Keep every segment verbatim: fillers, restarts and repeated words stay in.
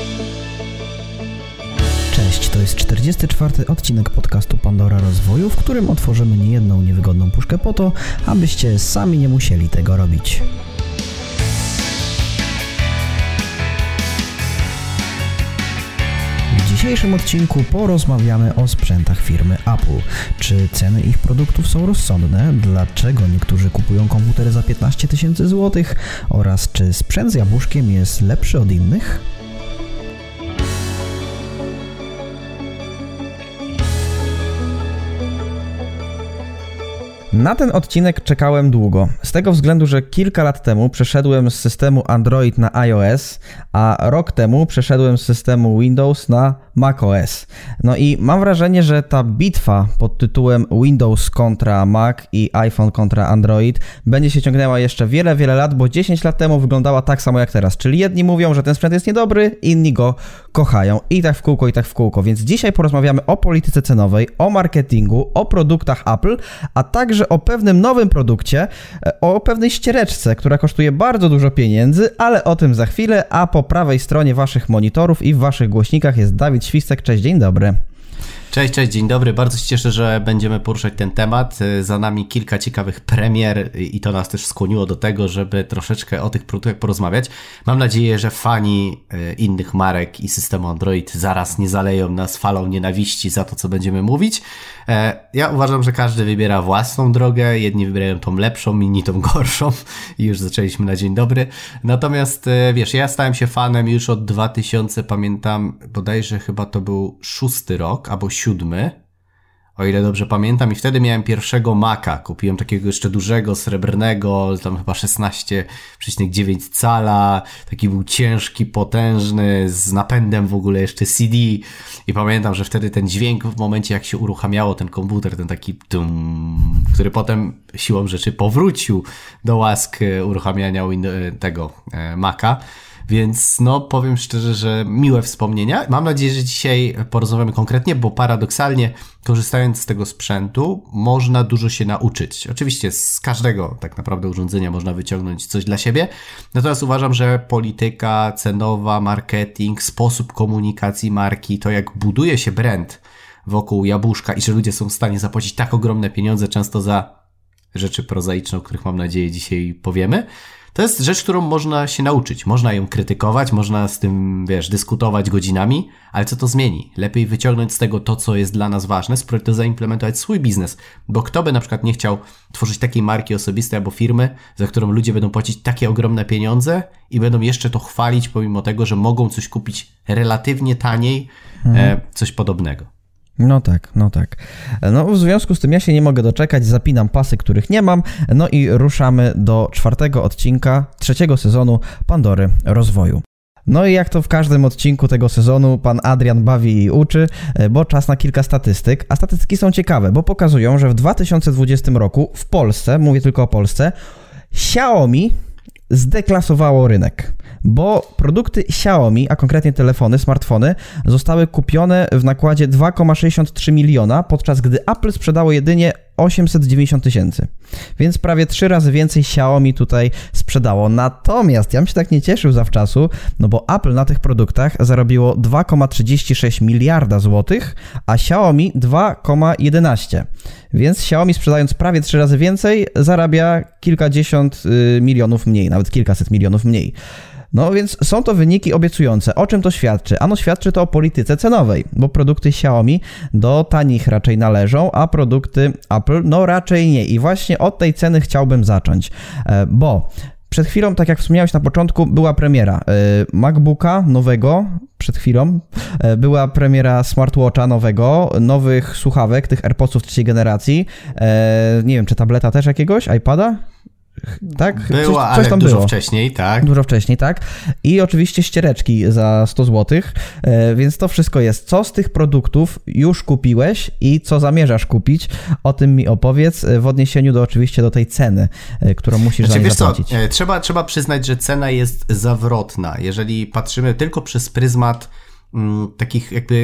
Cześć, to jest czterdziesty czwarty odcinek podcastu Pandora Rozwoju, w którym otworzymy niejedną niewygodną puszkę po to, abyście sami nie musieli tego robić. W dzisiejszym odcinku porozmawiamy o sprzętach firmy Apple. Czy ceny ich produktów są rozsądne? Dlaczego niektórzy kupują komputery za piętnaście tysięcy złotych? Oraz czy sprzęt z jabłuszkiem jest lepszy od innych? Na ten odcinek czekałem długo, z tego względu, że kilka lat temu przeszedłem z systemu Android na iOS, a rok temu przeszedłem z systemu Windows na macOS. No i mam wrażenie, że ta bitwa pod tytułem Windows kontra Mac i iPhone kontra Android będzie się ciągnęła jeszcze wiele, wiele lat, bo dziesięć lat temu wyglądała tak samo jak teraz, czyli jedni mówią, że ten sprzęt jest niedobry, inni go kochają i tak w kółko, i tak w kółko, więc dzisiaj porozmawiamy o polityce cenowej, o marketingu, o produktach Apple, a także o pewnym nowym produkcie, o pewnej ściereczce, która kosztuje bardzo dużo pieniędzy, ale o tym za chwilę, a po prawej stronie waszych monitorów i w waszych głośnikach jest Dawid Świstek. Cześć, dzień dobry. Cześć, cześć, dzień dobry. Bardzo się cieszę, że będziemy poruszać ten temat. Za nami kilka ciekawych premier i to nas też skłoniło do tego, żeby troszeczkę o tych produktach porozmawiać. Mam nadzieję, że fani innych marek i systemu Android zaraz nie zaleją nas falą nienawiści za to, co będziemy mówić. Ja uważam, że każdy wybiera własną drogę. Jedni wybierają tą lepszą, inni tą gorszą. I już zaczęliśmy na dzień dobry. Natomiast wiesz, ja stałem się fanem już od dwa tysiące, pamiętam, bodajże chyba to był szósty rok, albo siódmy, o ile dobrze pamiętam, i wtedy miałem pierwszego Maca. Kupiłem takiego jeszcze dużego, srebrnego, tam chyba szesnaście przecinek dziewięć cala, taki był ciężki, potężny, z napędem w ogóle jeszcze C D, i pamiętam, że wtedy ten dźwięk w momencie, jak się uruchamiało ten komputer, ten taki tum, który potem siłą rzeczy powrócił do łask uruchamiania tego Maca. Więc no powiem szczerze, że miłe wspomnienia. Mam nadzieję, że dzisiaj porozmawiamy konkretnie, bo paradoksalnie korzystając z tego sprzętu można dużo się nauczyć. Oczywiście z każdego tak naprawdę urządzenia można wyciągnąć coś dla siebie. Natomiast uważam, że polityka cenowa, marketing, sposób komunikacji marki, to jak buduje się brand wokół jabłuszka i że ludzie są w stanie zapłacić tak ogromne pieniądze często za rzeczy prozaiczne, o których mam nadzieję dzisiaj powiemy. To jest rzecz, którą można się nauczyć. Można ją krytykować, można z tym, wiesz, dyskutować godzinami, ale co to zmieni? Lepiej wyciągnąć z tego to, co jest dla nas ważne, spróbować to zaimplementować swój biznes. Bo kto by na przykład nie chciał tworzyć takiej marki osobistej albo firmy, za którą ludzie będą płacić takie ogromne pieniądze i będą jeszcze to chwalić, pomimo tego, że mogą coś kupić relatywnie taniej, hmm. e, coś podobnego. No tak, no tak. No w związku z tym ja się nie mogę doczekać, zapinam pasy, których nie mam, no i ruszamy do czwartego odcinka trzeciego sezonu Pandory Rozwoju. No i jak to w każdym odcinku tego sezonu, pan Adrian bawi i uczy, bo czas na kilka statystyk, a statystyki są ciekawe, bo pokazują, że w dwa tysiące dwudziestym roku w Polsce, mówię tylko o Polsce, Xiaomi zdeklasowało rynek, bo produkty Xiaomi, a konkretnie telefony, smartfony, zostały kupione w nakładzie dwa przecinek sześćdziesiąt trzy miliona, podczas gdy Apple sprzedało jedynie osiemset dziewięćdziesiąt tysięcy. Więc prawie trzy razy więcej Xiaomi tutaj sprzedało. Natomiast ja bym się tak nie cieszył zawczasu, no bo Apple na tych produktach zarobiło dwa przecinek trzydzieści sześć miliarda złotych, a Xiaomi dwa przecinek jedenaście. Więc Xiaomi, sprzedając prawie trzy razy więcej, zarabia kilkadziesiąt milionów mniej, nawet kilkaset milionów mniej. No więc są to wyniki obiecujące. O czym to świadczy? Ano świadczy to o polityce cenowej, bo produkty Xiaomi do tanich raczej należą, a produkty Apple no raczej nie. I właśnie od tej ceny chciałbym zacząć, bo przed chwilą, tak jak wspomniałeś na początku, była premiera MacBooka nowego, przed chwilą, była premiera smartwatcha nowego, nowych słuchawek, tych AirPodsów trzeciej generacji, nie wiem, czy tableta też jakiegoś, iPada? Tak? Była, coś, coś ale tam dużo było. wcześniej, tak. Dużo wcześniej, tak. I oczywiście ściereczki za sto złotych, więc to wszystko jest. Co z tych produktów już kupiłeś i co zamierzasz kupić? O tym mi opowiedz w odniesieniu do oczywiście do tej ceny, którą musisz znaczy, za nie wiesz zapłacić. Co, trzeba, trzeba przyznać, że cena jest zawrotna. Jeżeli patrzymy tylko przez pryzmat m, takich jakby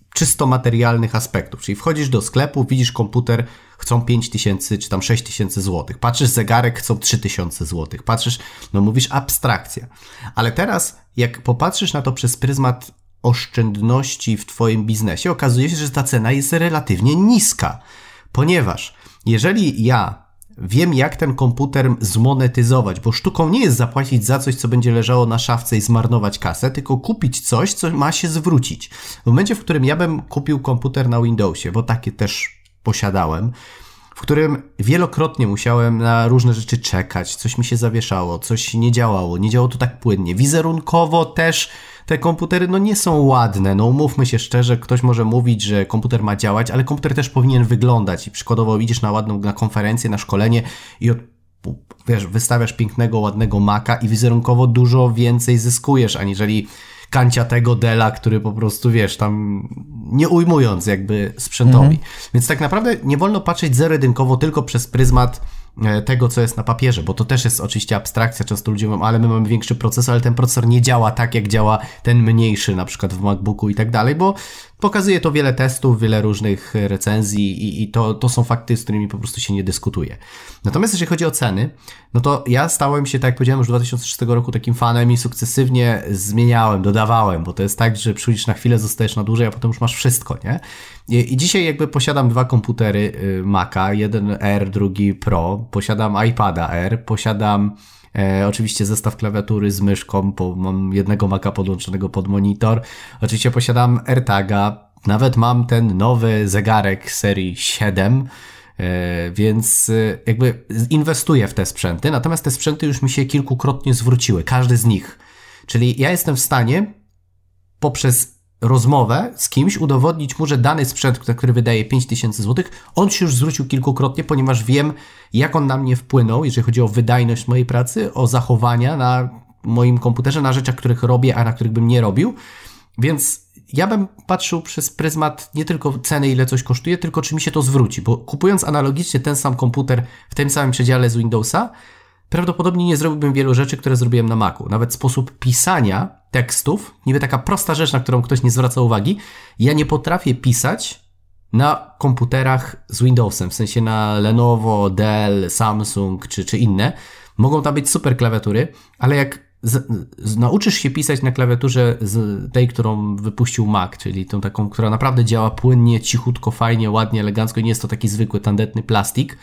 czysto materialnych aspektów, czyli wchodzisz do sklepu, widzisz komputer, chcą pięć tysięcy czy tam sześć tysięcy złotych, patrzysz zegarek, chcą trzy tysiące złotych, patrzysz, no mówisz abstrakcja, ale teraz jak popatrzysz na to przez pryzmat oszczędności w twoim biznesie, okazuje się, że ta cena jest relatywnie niska, ponieważ jeżeli ja wiem, jak ten komputer zmonetyzować, bo sztuką nie jest zapłacić za coś, co będzie leżało na szafce i zmarnować kasę, tylko kupić coś, co ma się zwrócić. W momencie, w którym ja bym kupił komputer na Windowsie, bo takie też posiadałem, w którym wielokrotnie musiałem na różne rzeczy czekać, coś mi się zawieszało, coś nie działało, nie działało to tak płynnie. Wizerunkowo też te komputery no nie są ładne, no umówmy się szczerze, ktoś może mówić, że komputer ma działać, ale komputer też powinien wyglądać i przykładowo idziesz na ładną na konferencję, na szkolenie i od, wiesz, wystawiasz pięknego, ładnego Maca i wizerunkowo dużo więcej zyskujesz, aniżeli kancia tego Della, który po prostu, wiesz, tam nie ujmując jakby sprzętowi. Mhm. Więc tak naprawdę nie wolno patrzeć zero-jedynkowo tylko przez pryzmat tego, co jest na papierze, bo to też jest oczywiście abstrakcja. Często ludzie mówią, ale my mamy większy procesor, ale ten procesor nie działa tak, jak działa ten mniejszy, na przykład w MacBooku i tak dalej, bo pokazuje to wiele testów, wiele różnych recenzji i, i to, to są fakty, z którymi po prostu się nie dyskutuje. Natomiast jeżeli chodzi o ceny, no to ja stałem się, tak jak powiedziałem, już w dwa tysiące szóstego roku takim fanem i sukcesywnie zmieniałem, dodawałem, bo to jest tak, że przychodzisz na chwilę, zostajesz na dłużej, a potem już masz wszystko, nie? I, i dzisiaj jakby posiadam dwa komputery Maca, jeden R, drugi Pro, posiadam iPada R, posiadam E, oczywiście zestaw klawiatury z myszką, bo mam jednego Maca podłączonego pod monitor. Oczywiście posiadam AirTaga, nawet mam ten nowy zegarek serii siedem, e, więc e, jakby inwestuję w te sprzęty, natomiast te sprzęty już mi się kilkukrotnie zwróciły, każdy z nich. Czyli ja jestem w stanie poprzez rozmowę z kimś udowodnić mu, że dany sprzęt, który wydaje pięć tysięcy złotych, on się już zwrócił kilkukrotnie, ponieważ wiem, jak on na mnie wpłynął, jeżeli chodzi o wydajność mojej pracy, o zachowania na moim komputerze, na rzeczach, których robię, a na których bym nie robił. Więc ja bym patrzył przez pryzmat nie tylko ceny, ile coś kosztuje, tylko czy mi się to zwróci, bo kupując analogicznie ten sam komputer w tym samym przedziale z Windowsa, prawdopodobnie nie zrobiłbym wielu rzeczy, które zrobiłem na Macu. Nawet sposób pisania tekstów, niby taka prosta rzecz, na którą ktoś nie zwraca uwagi, ja nie potrafię pisać na komputerach z Windowsem, w sensie na Lenovo, Dell, Samsung czy, czy inne. Mogą tam być super klawiatury, ale jak z, z, nauczysz się pisać na klawiaturze z tej, którą wypuścił Mac, czyli tą taką, która naprawdę działa płynnie, cichutko, fajnie, ładnie, elegancko, nie jest to taki zwykły, tandetny plastik,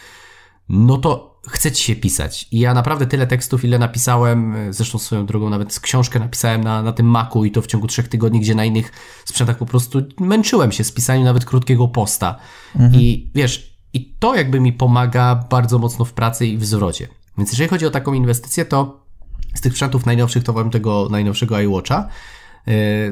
no to chce ci się pisać. I ja naprawdę tyle tekstów, ile napisałem, zresztą swoją drogą nawet książkę napisałem na, na tym Macu i to w ciągu trzech tygodni, gdzie na innych sprzętach po prostu męczyłem się z pisaniem nawet krótkiego posta. Mhm. I wiesz, i to jakby mi pomaga bardzo mocno w pracy i w zwrocie. Więc jeżeli chodzi o taką inwestycję, to z tych sprzętów najnowszych to mam tego najnowszego iWatcha. Yy,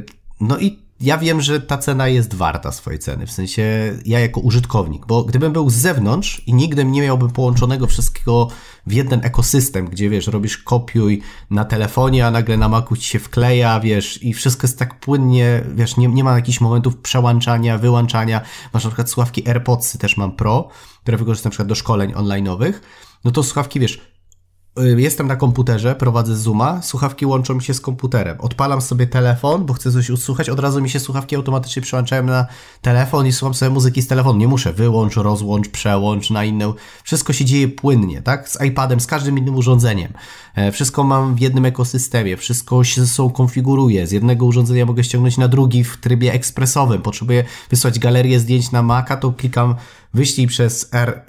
no i ja wiem, że ta cena jest warta swojej ceny, w sensie ja jako użytkownik, bo gdybym był z zewnątrz i nigdy nie miałbym połączonego wszystkiego w jeden ekosystem, gdzie wiesz, robisz kopiuj na telefonie, a nagle na Macu ci się wkleja, wiesz, i wszystko jest tak płynnie, wiesz, nie, nie ma jakichś momentów przełączania, wyłączania, masz na przykład słuchawki AirPodsy, też mam Pro, które wykorzystam na przykład do szkoleń online'owych, no to słuchawki, wiesz, jestem na komputerze, prowadzę Zooma, słuchawki łączą mi się z komputerem. Odpalam sobie telefon, bo chcę coś usłuchać, od razu mi się słuchawki automatycznie przełączają na telefon i słucham sobie muzyki z telefonu. Nie muszę wyłącz, rozłącz, przełącz na inną. Wszystko się dzieje płynnie, tak? Z iPadem, z każdym innym urządzeniem. Wszystko mam w jednym ekosystemie, wszystko się ze sobą konfiguruje. Z jednego urządzenia mogę ściągnąć na drugi w trybie ekspresowym. Potrzebuję wysłać galerię zdjęć na Maca, to klikam wyślij przez R,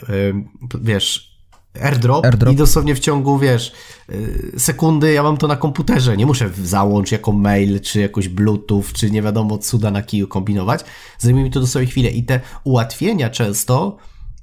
wiesz, AirDrop, AirDrop i dosłownie w ciągu, wiesz, sekundy ja mam to na komputerze. Nie muszę załącz jako mail, czy jakoś Bluetooth, czy nie wiadomo cuda na kiju kombinować. Zajmuje mi to dosłownie chwilę i te ułatwienia często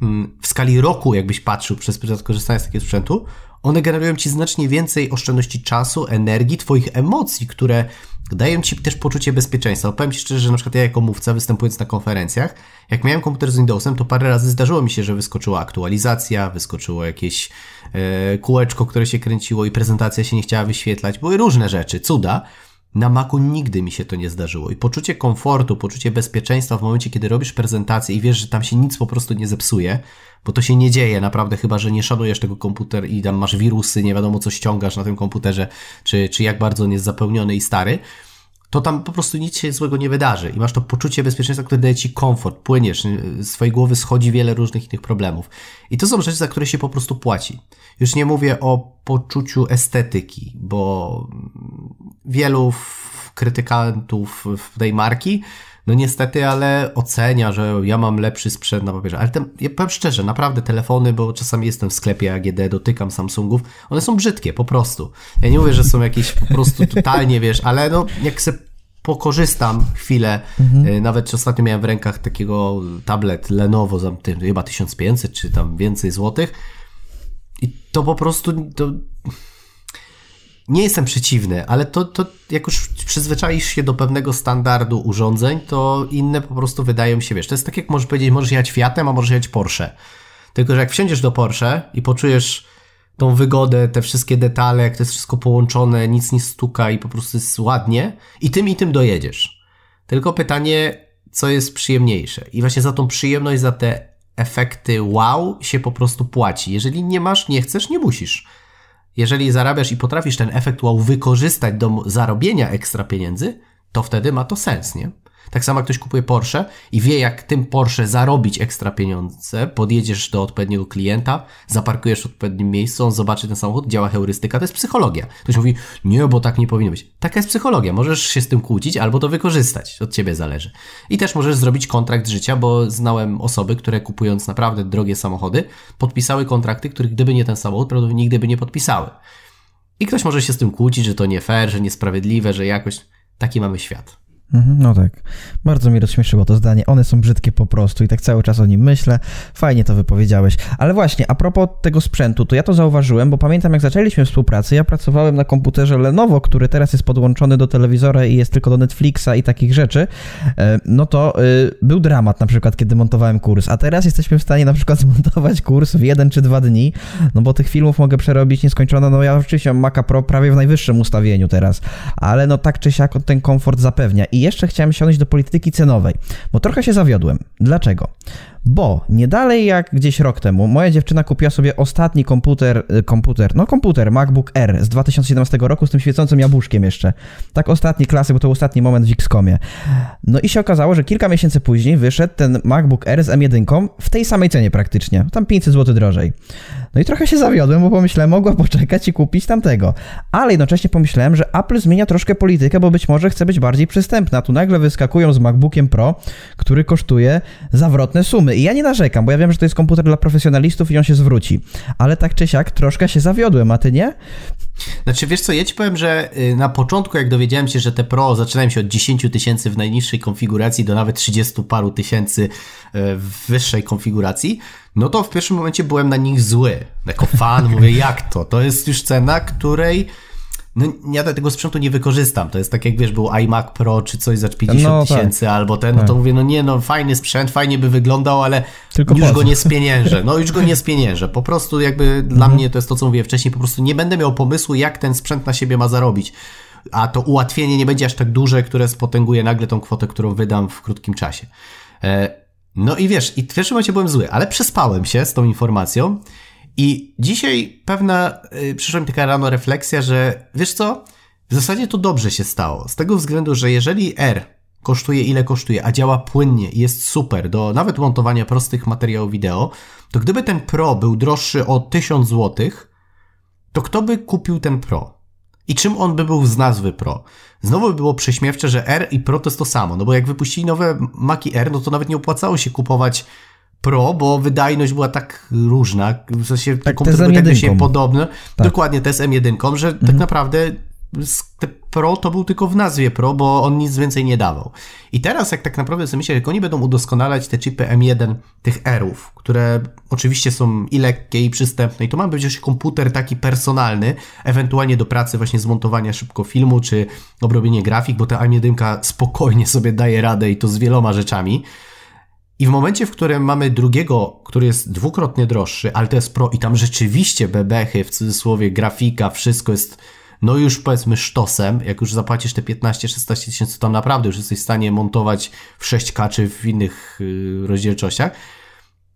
w skali roku, jakbyś patrzył przez pryzmat korzystania z takiego sprzętu, one generują ci znacznie więcej oszczędności czasu, energii, twoich emocji, które dają ci też poczucie bezpieczeństwa. Powiem ci szczerze, że na przykład ja jako mówca występując na konferencjach, jak miałem komputer z Windowsem, to parę razy zdarzyło mi się, że wyskoczyła aktualizacja, wyskoczyło jakieś e, kółeczko, które się kręciło i prezentacja się nie chciała wyświetlać. Były różne rzeczy, cuda. Na Macu nigdy mi się to nie zdarzyło i poczucie komfortu, poczucie bezpieczeństwa w momencie, kiedy robisz prezentację i wiesz, że tam się nic po prostu nie zepsuje, bo to się nie dzieje naprawdę, chyba że nie szanujesz tego komputera i tam masz wirusy, nie wiadomo co ściągasz na tym komputerze, czy, czy jak bardzo on jest zapełniony i stary, to tam po prostu nic się złego nie wydarzy i masz to poczucie bezpieczeństwa, które daje ci komfort, płyniesz, z swojej głowy schodzi wiele różnych innych problemów. I to są rzeczy, za które się po prostu płaci. Już nie mówię o poczuciu estetyki, bo wielu krytykantów w tej marki, no niestety, ale ocenia, że ja mam lepszy sprzęt na papierze. Ale ten, ja powiem szczerze, naprawdę telefony, bo czasami jestem w sklepie A G D, dotykam Samsungów, one są brzydkie, po prostu. Ja nie mówię, że są jakieś po prostu totalnie, wiesz, ale no jak sobie pokorzystam chwilę, mhm. nawet ostatnio miałem w rękach takiego tablet Lenovo za tym, chyba tysiąc pięćset czy tam więcej złotych i to po prostu to... Nie jestem przeciwny, ale to, to jak już przyzwyczaisz się do pewnego standardu urządzeń, to inne po prostu wydają się, wiesz, to jest tak jak możesz powiedzieć, możesz jechać Fiatem, a możesz jechać Porsche. Tylko, że jak wsiądziesz do Porsche i poczujesz tą wygodę, te wszystkie detale, jak to jest wszystko połączone, nic nie stuka i po prostu jest ładnie i tym i tym dojedziesz. Tylko pytanie, co jest przyjemniejsze? I właśnie za tą przyjemność, za te efekty wow się po prostu płaci. Jeżeli nie masz, nie chcesz, nie musisz. Jeżeli zarabiasz i potrafisz ten efekt wow wykorzystać do zarobienia ekstra pieniędzy, to wtedy ma to sens, nie? Tak samo jak ktoś kupuje Porsche i wie, jak tym Porsche zarobić ekstra pieniądze, podjedziesz do odpowiedniego klienta, zaparkujesz w odpowiednim miejscu, on zobaczy ten samochód, działa heurystyka, to jest psychologia. Ktoś mówi, nie, bo tak nie powinno być. Taka jest psychologia, możesz się z tym kłócić albo to wykorzystać, od ciebie zależy. I też możesz zrobić kontrakt życia, bo znałem osoby, które kupując naprawdę drogie samochody, podpisały kontrakty, których gdyby nie ten samochód, prawdopodobnie nigdy by nie podpisały. I ktoś może się z tym kłócić, że to nie fair, że niesprawiedliwe, że jakoś taki mamy świat. No tak, bardzo mi rozśmieszyło to zdanie, one są brzydkie po prostu i tak cały czas o nim myślę, fajnie to wypowiedziałeś, ale właśnie a propos tego sprzętu, to ja to zauważyłem, bo pamiętam jak zaczęliśmy współpracę, ja pracowałem na komputerze Lenovo, który teraz jest podłączony do telewizora i jest tylko do Netflixa i takich rzeczy, no to y, był dramat na przykład, kiedy montowałem kurs, a teraz jesteśmy w stanie na przykład zmontować kurs w jeden czy dwa dni, no bo tych filmów mogę przerobić nieskończone, no ja oczywiście mam Maca Pro prawie w najwyższym ustawieniu teraz, ale no tak czy siak ten komfort zapewnia i jeszcze chciałem siąść do polityki cenowej, bo trochę się zawiodłem. Dlaczego? Bo nie dalej jak gdzieś rok temu moja dziewczyna kupiła sobie ostatni komputer, komputer, no komputer MacBook Air z dwa tysiące siedemnastego roku z tym świecącym jabłuszkiem jeszcze. Tak ostatniej klasy, bo to był ostatni moment w X-komie. No i się okazało, że kilka miesięcy później wyszedł ten MacBook Air z M jeden w tej samej cenie praktycznie, tam pięćset złotych drożej. No i trochę się zawiodłem, bo pomyślałem, mogła poczekać i kupić tamtego. Ale jednocześnie pomyślałem, że Apple zmienia troszkę politykę, bo być może chce być bardziej przystępna. A tu nagle wyskakują z MacBookiem Pro, który kosztuje zawrotne sumy. I ja nie narzekam, bo ja wiem, że to jest komputer dla profesjonalistów i on się zwróci. Ale tak czy siak troszkę się zawiodłem, a ty nie? Znaczy wiesz co, ja ci powiem, że na początku jak dowiedziałem się, że te Pro zaczynają się od dziesięć tysięcy w najniższej konfiguracji do nawet trzydziestu paru tysięcy w wyższej konfiguracji, no to w pierwszym momencie byłem na nich zły. Jako fan mówię, jak to? To jest już cena, której no ja tego sprzętu nie wykorzystam. To jest tak jak wiesz, był iMac Pro czy coś za pięćdziesiąt tysięcy no, tak. albo ten, no to tak. Mówię, no nie, no fajny sprzęt, fajnie by wyglądał, ale tylko już go nie spieniężę. No już go nie spieniężę. Po prostu jakby mhm. dla mnie to jest to, co mówię wcześniej, po prostu nie będę miał pomysłu, jak ten sprzęt na siebie ma zarobić. A to ułatwienie nie będzie aż tak duże, które spotęguje nagle tą kwotę, którą wydam w krótkim czasie. No i wiesz, i w pierwszym momencie byłem zły, ale przespałem się z tą informacją. I dzisiaj pewna, yy, przyszła mi taka rano refleksja, że wiesz co, w zasadzie to dobrze się stało. Z tego względu, że jeżeli R kosztuje ile kosztuje, a działa płynnie i jest super do nawet montowania prostych materiałów wideo, to gdyby ten Pro był droższy o tysiąc złotych, to kto by kupił ten Pro? I czym on by był z nazwy Pro? Znowu by było prześmiewcze, że R i Pro to jest to samo, no bo jak wypuścili nowe Maci R, no to nawet nie opłacało się kupować Pro, bo wydajność była tak różna, w sensie tak, komputer był tak się podobny, tak. Dokładnie, to jest M jeden, że mhm. tak naprawdę te Pro to był tylko w nazwie Pro, bo on nic więcej nie dawał. I teraz jak tak naprawdę sobie myślę, jak oni będą udoskonalać te chipy M jeden tych R-ów, które oczywiście są i lekkie i przystępne i to ma być już komputer taki personalny, ewentualnie do pracy właśnie zmontowania szybko filmu czy obrobienie grafik, bo ta M jeden spokojnie sobie daje radę i to z wieloma rzeczami. I w momencie, w którym mamy drugiego, który jest dwukrotnie droższy, ale to jest Pro i tam rzeczywiście bebechy, w cudzysłowie grafika, wszystko jest no już powiedzmy sztosem, jak już zapłacisz te piętnaście szesnaście tysięcy, to tam naprawdę już jesteś w stanie montować w sześć K czy w innych yy, rozdzielczościach,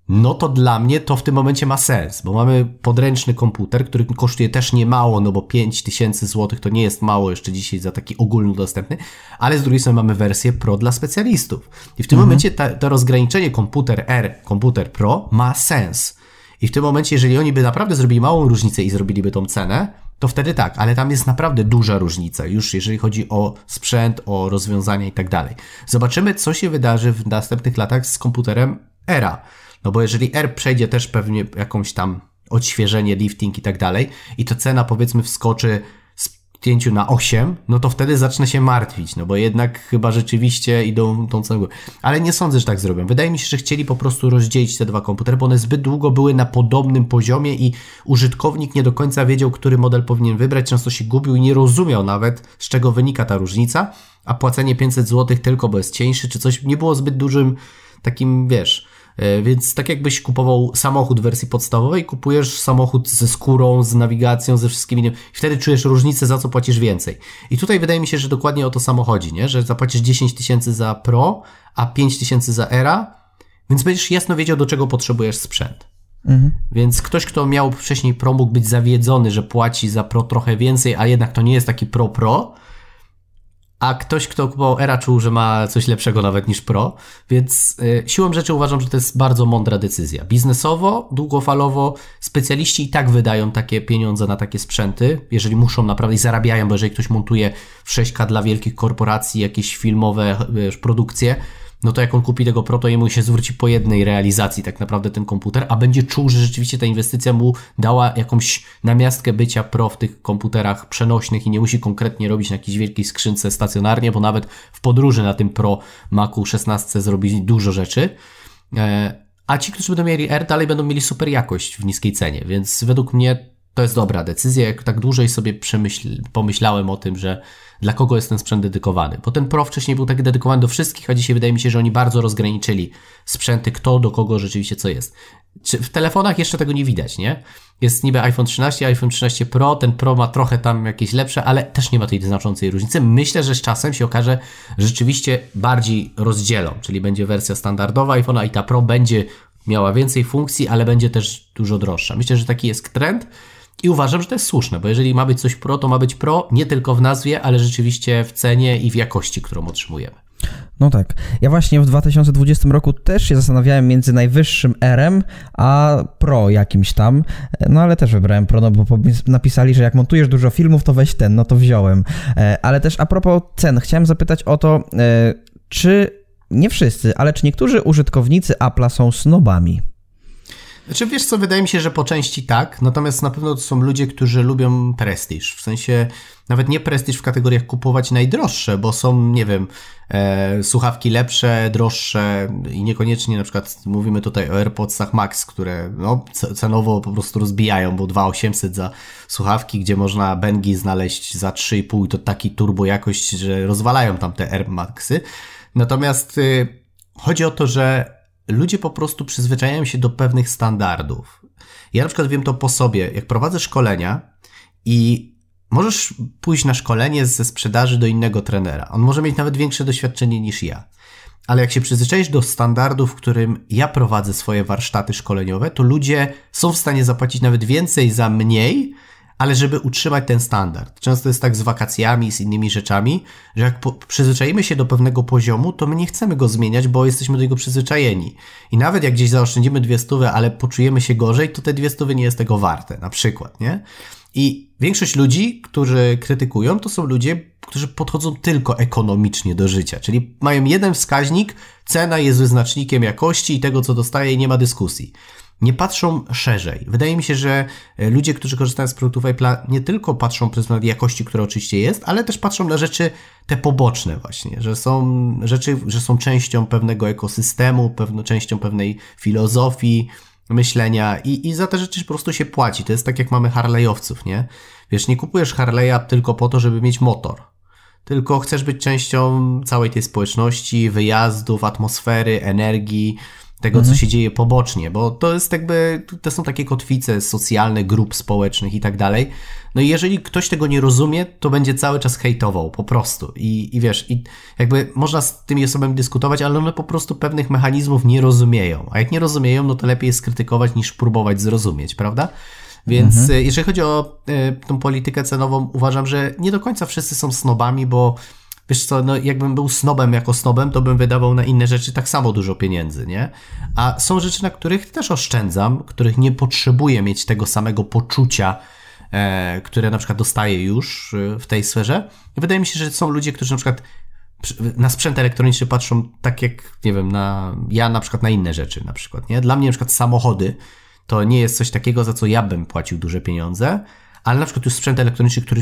no to dla mnie to w tym momencie ma sens, bo mamy podręczny komputer, który kosztuje też nie mało, no bo pięć tysięcy złotych to nie jest mało jeszcze dzisiaj za taki ogólnodostępny, ale z drugiej strony mamy wersję Pro dla specjalistów. I w tym mhm. momencie ta, to rozgraniczenie komputer R, komputer Pro ma sens. I w tym momencie, jeżeli oni by naprawdę zrobili małą różnicę i zrobiliby tą cenę, to wtedy tak, ale tam jest naprawdę duża różnica, już jeżeli chodzi o sprzęt, o rozwiązania i tak dalej. Zobaczymy, co się wydarzy w następnych latach z komputerem Era. No bo jeżeli R przejdzie też pewnie jakąś tam odświeżenie, lifting i tak dalej i to cena powiedzmy wskoczy z pięć na osiem, no to wtedy zacznę się martwić, no bo jednak chyba rzeczywiście idą tą cenę. Ale nie sądzę, że tak zrobią. Wydaje mi się, że chcieli po prostu rozdzielić te dwa komputery, bo one zbyt długo były na podobnym poziomie i użytkownik nie do końca wiedział, który model powinien wybrać, często się gubił i nie rozumiał nawet, z czego wynika ta różnica, a płacenie pięćset złotych tylko, bo jest cieńszy, czy coś nie było zbyt dużym takim, wiesz... Więc tak jakbyś kupował samochód w wersji podstawowej, kupujesz samochód ze skórą, z nawigacją, ze wszystkimi innymi. Wtedy czujesz różnicę, za co płacisz więcej. I tutaj wydaje mi się, że dokładnie o to samo chodzi, nie? Że zapłacisz dziesięć tysięcy za Pro, a pięć tysięcy za Era, więc będziesz jasno wiedział, do czego potrzebujesz sprzęt. Mhm. Więc ktoś, kto miał wcześniej Pro, mógł być zawiedzony, że płaci za Pro trochę więcej, a jednak to nie jest taki Pro Pro. A ktoś, kto kupował Era, czuł, że ma coś lepszego nawet niż Pro, więc y, siłą rzeczy uważam, że to jest bardzo mądra decyzja. Biznesowo, długofalowo specjaliści i tak wydają takie pieniądze na takie sprzęty, jeżeli muszą naprawdę i zarabiają, bo jeżeli ktoś montuje w sześć K dla wielkich korporacji jakieś filmowe wiesz, produkcje, no to jak on kupi tego Pro, to jemu się zwróci po jednej realizacji tak naprawdę ten komputer, a będzie czuł, że rzeczywiście ta inwestycja mu dała jakąś namiastkę bycia Pro w tych komputerach przenośnych i nie musi konkretnie robić na jakiejś wielkiej skrzynce stacjonarnie, bo nawet w podróży na tym Pro Macu szesnaście zrobi dużo rzeczy. A ci, którzy będą mieli R, dalej będą mieli super jakość w niskiej cenie, więc według mnie to jest dobra decyzja. Jak tak dłużej sobie przemyśl, pomyślałem o tym, że dla kogo jest ten sprzęt dedykowany. Bo ten Pro wcześniej był taki dedykowany do wszystkich, a dzisiaj wydaje mi się, że oni bardzo rozgraniczyli sprzęty, kto do kogo rzeczywiście co jest. W telefonach jeszcze tego nie widać, nie? Jest niby iPhone trzynaście, iPhone trzynaście Pro, ten Pro ma trochę tam jakieś lepsze, ale też nie ma tej znaczącej różnicy. Myślę, że z czasem się okaże, że rzeczywiście bardziej rozdzielą, czyli będzie wersja standardowa iPhone'a i ta Pro będzie miała więcej funkcji, ale będzie też dużo droższa. Myślę, że taki jest trend. I uważam, że to jest słuszne, bo jeżeli ma być coś Pro, to ma być Pro nie tylko w nazwie, ale rzeczywiście w cenie i w jakości, którą otrzymujemy. No tak. Ja właśnie w dwa tysiące dwudziestym roku też się zastanawiałem między najwyższym R-em a Pro jakimś tam, no ale też wybrałem Pro, no bo napisali, że jak montujesz dużo filmów, to weź ten, no to wziąłem. Ale też a propos cen, chciałem zapytać o to, czy nie wszyscy, ale czy niektórzy użytkownicy Apple'a są snobami? Znaczy, wiesz co, wydaje mi się, że po części tak, natomiast na pewno to są ludzie, którzy lubią prestiż, w sensie nawet nie prestiż w kategoriach kupować najdroższe, bo są, nie wiem, e, słuchawki lepsze, droższe i niekoniecznie na przykład mówimy tutaj o AirPodsach Max, które no, cenowo po prostu rozbijają, bo dwa tysiące osiemset za słuchawki, gdzie można Bengi znaleźć za trzy i pół i to taki turbo jakość, że rozwalają tam te Air Maxy. Natomiast y, chodzi o to, że ludzie po prostu przyzwyczajają się do pewnych standardów. Ja na przykład wiem to po sobie, jak prowadzę szkolenia i możesz pójść na szkolenie ze sprzedaży do innego trenera. On może mieć nawet większe doświadczenie niż ja. Ale jak się przyzwyczaisz do standardów, w którym ja prowadzę swoje warsztaty szkoleniowe, to ludzie są w stanie zapłacić nawet więcej za mniej, ale żeby utrzymać ten standard. Często jest tak z wakacjami, z innymi rzeczami, że jak po, przyzwyczajimy się do pewnego poziomu, to my nie chcemy go zmieniać, bo jesteśmy do niego przyzwyczajeni. I nawet jak gdzieś zaoszczędzimy dwie stówy, ale poczujemy się gorzej, to te dwie stówy nie jest tego warte, na przykład, nie? I większość ludzi, którzy krytykują, to są ludzie, którzy podchodzą tylko ekonomicznie do życia, czyli mają jeden wskaźnik, cena jest wyznacznikiem jakości i tego, co dostaje i nie ma dyskusji. Nie patrzą szerzej. Wydaje mi się, że ludzie, którzy korzystają z produktów Apple'a, nie tylko patrzą przez pryzmat jakości, która oczywiście jest, ale też patrzą na rzeczy te poboczne właśnie, że są rzeczy, że są częścią pewnego ekosystemu, pewną częścią pewnej filozofii myślenia i, i za te rzeczy po prostu się płaci. To jest tak, jak mamy Harley'owców, nie? Wiesz, nie kupujesz Harley'a tylko po to, żeby mieć motor. Tylko chcesz być częścią całej tej społeczności, wyjazdów, atmosfery, energii. tego, mhm. co się dzieje pobocznie, bo to jest jakby, to są takie kotwice socjalne, grup społecznych i tak dalej. No i jeżeli ktoś tego nie rozumie, to będzie cały czas hejtował, po prostu. I, i wiesz, i jakby można z tymi osobami dyskutować, ale one po prostu pewnych mechanizmów nie rozumieją. A jak nie rozumieją, no to lepiej jest krytykować niż próbować zrozumieć, prawda? Więc mhm. jeżeli chodzi o y, tą politykę cenową, uważam, że nie do końca wszyscy są snobami, bo wiesz co, no jakbym był snobem jako snobem, to bym wydawał na inne rzeczy tak samo dużo pieniędzy, nie? A są rzeczy, na których też oszczędzam, których nie potrzebuję mieć tego samego poczucia, e, które na przykład dostaję już w tej sferze. I wydaje mi się, że są ludzie, którzy na przykład na sprzęt elektroniczny patrzą tak jak, nie wiem, na ja na przykład na inne rzeczy na przykład, nie? Dla mnie na przykład samochody to nie jest coś takiego, za co ja bym płacił duże pieniądze, ale na przykład już sprzęt elektroniczny, który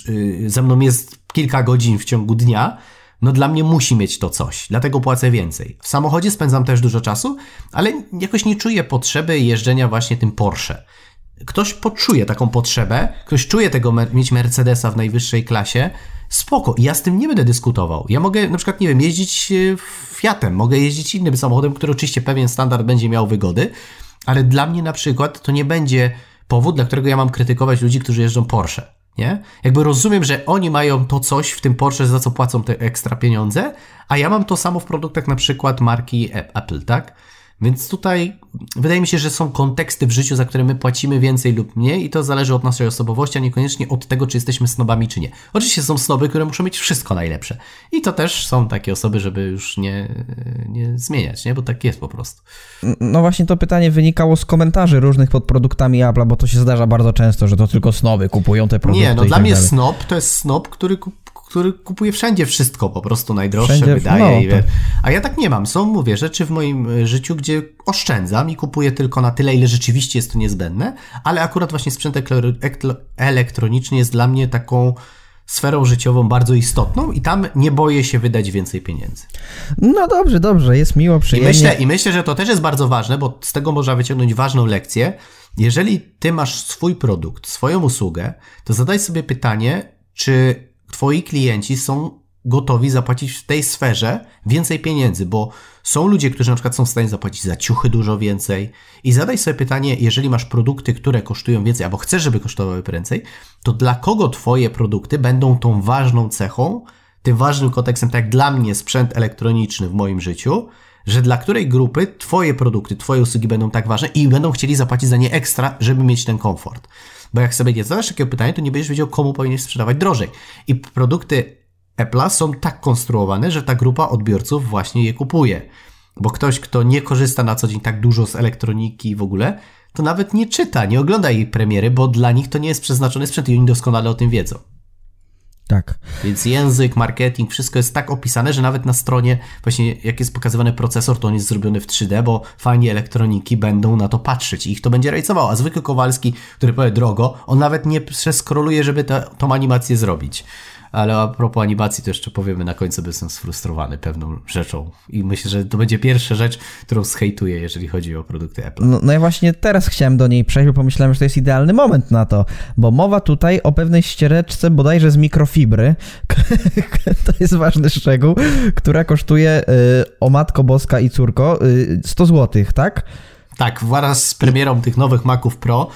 ze mną jest kilka godzin w ciągu dnia, no dla mnie musi mieć to coś, dlatego płacę więcej. W samochodzie spędzam też dużo czasu, ale jakoś nie czuję potrzeby jeżdżenia właśnie tym Porsche. Ktoś poczuje taką potrzebę, ktoś czuje tego mieć Mercedesa w najwyższej klasie, spoko, ja z tym nie będę dyskutował. Ja mogę na przykład, nie wiem, jeździć Fiatem, mogę jeździć innym samochodem, który oczywiście pewien standard będzie miał wygody, ale dla mnie na przykład to nie będzie powód, dla którego ja mam krytykować ludzi, którzy jeżdżą Porsche, nie? Jakby rozumiem, że oni mają to coś w tym Porsche, za co płacą te ekstra pieniądze, a ja mam to samo w produktach na przykład marki Apple, tak? Więc tutaj wydaje mi się, że są konteksty w życiu, za które my płacimy więcej lub mniej i to zależy od naszej osobowości, a niekoniecznie od tego, czy jesteśmy snobami, czy nie. Oczywiście są snoby, które muszą mieć wszystko najlepsze. I to też są takie osoby, żeby już nie, nie zmieniać, nie? Bo tak jest po prostu. No właśnie to pytanie wynikało z komentarzy różnych pod produktami Apple'a, bo to się zdarza bardzo często, że to tylko snoby kupują te produkty. Nie, no dla tak mnie dalej. snob to jest snob, który kup który kupuje wszędzie wszystko, po prostu najdroższe Wszędzie, wydaje. no, i wie. A ja tak nie mam. Są, mówię, rzeczy w moim życiu, gdzie oszczędzam i kupuję tylko na tyle, ile rzeczywiście jest to niezbędne, ale akurat właśnie sprzęt elektroniczny jest dla mnie taką sferą życiową bardzo istotną i tam nie boję się wydać więcej pieniędzy. No dobrze, dobrze, jest miło, przyjemnie. I myślę, I myślę, że to też jest bardzo ważne, bo z tego można wyciągnąć ważną lekcję. Jeżeli ty masz swój produkt, swoją usługę, to zadaj sobie pytanie, czy twoi klienci są gotowi zapłacić w tej sferze więcej pieniędzy, bo są ludzie, którzy na przykład są w stanie zapłacić za ciuchy dużo więcej i zadaj sobie pytanie, jeżeli masz produkty, które kosztują więcej, albo chcesz, żeby kosztowały więcej, to dla kogo twoje produkty będą tą ważną cechą, tym ważnym kontekstem, tak jak dla mnie sprzęt elektroniczny w moim życiu, że dla której grupy twoje produkty, twoje usługi będą tak ważne i będą chcieli zapłacić za nie ekstra, żeby mieć ten komfort. Bo jak sobie nie zadasz takiego pytania, to nie będziesz wiedział, komu powinieneś sprzedawać drożej. I produkty Apple'a są tak konstruowane, że ta grupa odbiorców właśnie je kupuje. Bo ktoś, kto nie korzysta na co dzień tak dużo z elektroniki w ogóle, to nawet nie czyta, nie ogląda jej premiery, bo dla nich to nie jest przeznaczony sprzęt i oni doskonale o tym wiedzą. Tak. Więc język, marketing, wszystko jest tak opisane, że nawet na stronie właśnie jak jest pokazywany procesor, to on jest zrobiony w trzy D, bo fani elektroniki będą na to patrzeć i ich to będzie rajcowało. A zwykły Kowalski, który powie drogo, on nawet nie przeskroluje, żeby ta, tą animację zrobić. Ale a propos animacji, to jeszcze powiemy na końcu, bo jestem sfrustrowany pewną rzeczą. I myślę, że to będzie pierwsza rzecz, którą zhejtuję, jeżeli chodzi o produkty Apple. No, no ja właśnie teraz chciałem do niej przejść, bo pomyślałem, że to jest idealny moment na to, bo mowa tutaj o pewnej ściereczce bodajże z mikrofibry, to jest ważny szczegół, która kosztuje, y, o matko boska i córko, y, sto złotych, tak? Tak, wraz z premierą tych nowych Maców Pro,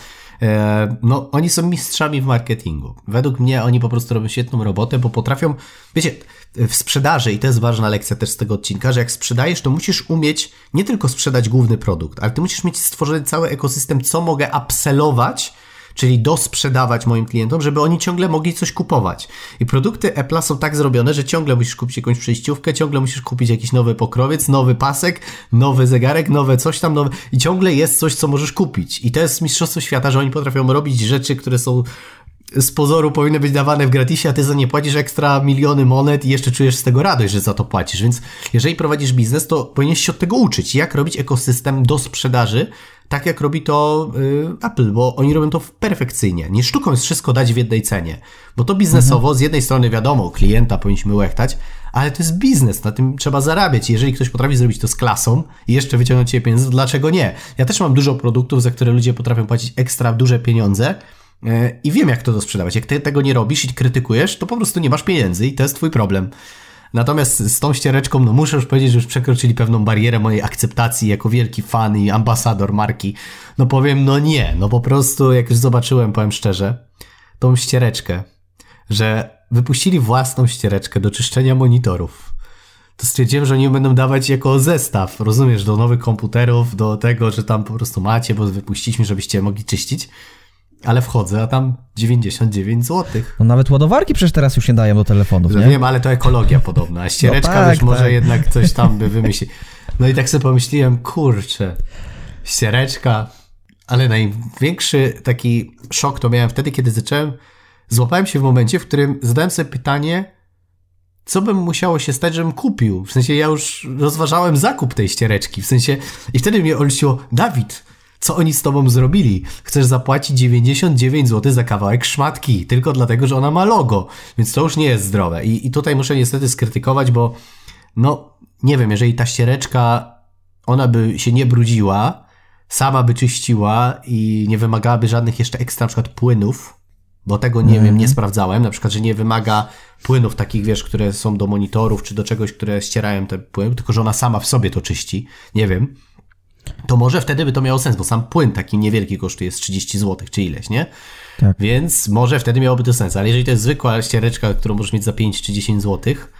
no oni są mistrzami w marketingu. Według mnie oni po prostu robią świetną robotę, bo potrafią, wiecie, w sprzedaży, i to jest ważna lekcja też z tego odcinka, że jak sprzedajesz, to musisz umieć nie tylko sprzedać główny produkt, ale ty musisz mieć stworzony cały ekosystem, co mogę upsellować, czyli dosprzedawać moim klientom, żeby oni ciągle mogli coś kupować. I produkty Apple'a są tak zrobione, że ciągle musisz kupić jakąś przejściówkę, ciągle musisz kupić jakiś nowy pokrowiec, nowy pasek, nowy zegarek, nowe coś tam, nowe... i ciągle jest coś, co możesz kupić. I to jest mistrzostwo świata, że oni potrafią robić rzeczy, które są z pozoru powinny być dawane w gratisie, a ty za nie płacisz ekstra miliony monet i jeszcze czujesz z tego radość, że za to płacisz. Więc jeżeli prowadzisz biznes, to powinieneś się od tego uczyć, jak robić ekosystem do sprzedaży, tak jak robi to y, Apple, bo oni robią to perfekcyjnie. Nie sztuką jest wszystko dać w jednej cenie, bo to biznesowo mhm. z jednej strony wiadomo, klienta powinniśmy łechtać, ale to jest biznes, na tym trzeba zarabiać. Jeżeli ktoś potrafi zrobić to z klasą i jeszcze wyciągnąć się pieniądze, to dlaczego nie? Ja też mam dużo produktów, za które ludzie potrafią płacić ekstra duże pieniądze, i wiem, jak to dosprzedawać. Jak ty tego nie robisz i krytykujesz, to po prostu nie masz pieniędzy i to jest twój problem. Natomiast z tą ściereczką, no muszę już powiedzieć, że już przekroczyli pewną barierę mojej akceptacji jako wielki fan i ambasador marki. No powiem, no nie, no po prostu jak już zobaczyłem, powiem szczerze, tą ściereczkę, że wypuścili własną ściereczkę do czyszczenia monitorów, to stwierdziłem, że oni będą dawać jako zestaw, rozumiesz, do nowych komputerów, do tego, że tam po prostu macie, bo wypuściliśmy, żebyście mogli czyścić. Ale wchodzę, a tam dziewięćdziesiąt dziewięć złotych. No nawet ładowarki przecież teraz już nie dają do telefonów, nie? Wiem, ale to ekologia podobna, a ściereczka no tak, wiesz, może tak. jednak coś tam by wymyślić. No i tak sobie pomyśliłem, kurczę, ściereczka, ale największy taki szok to miałem wtedy, kiedy zacząłem, złapałem się w momencie, w którym zadałem sobie pytanie, co by musiało się stać, żebym kupił. W sensie ja już rozważałem zakup tej ściereczki, w sensie i wtedy mnie olśniło, Dawid, co oni z tobą zrobili? Chcesz zapłacić dziewięćdziesiąt dziewięć złotych za kawałek szmatki, tylko dlatego, że ona ma logo. Więc to już nie jest zdrowe. I, i tutaj muszę niestety skrytykować, bo no, nie wiem, jeżeli ta ściereczka, ona by się nie brudziła, sama by czyściła i nie wymagałaby żadnych jeszcze ekstra na przykład płynów, bo tego nie mm. wiem, nie sprawdzałem. Na przykład, że nie wymaga płynów takich, wiesz, które są do monitorów, czy do czegoś, które ścierają te płyny, tylko że ona sama w sobie to czyści. Nie wiem. To może wtedy by to miało sens, bo sam płyn taki niewielki kosztuje trzydzieści złotych czy ileś, nie? Tak. Więc może wtedy miałoby to sens, ale jeżeli to jest zwykła ściereczka, którą możesz mieć za pięć czy dziesięć złotych,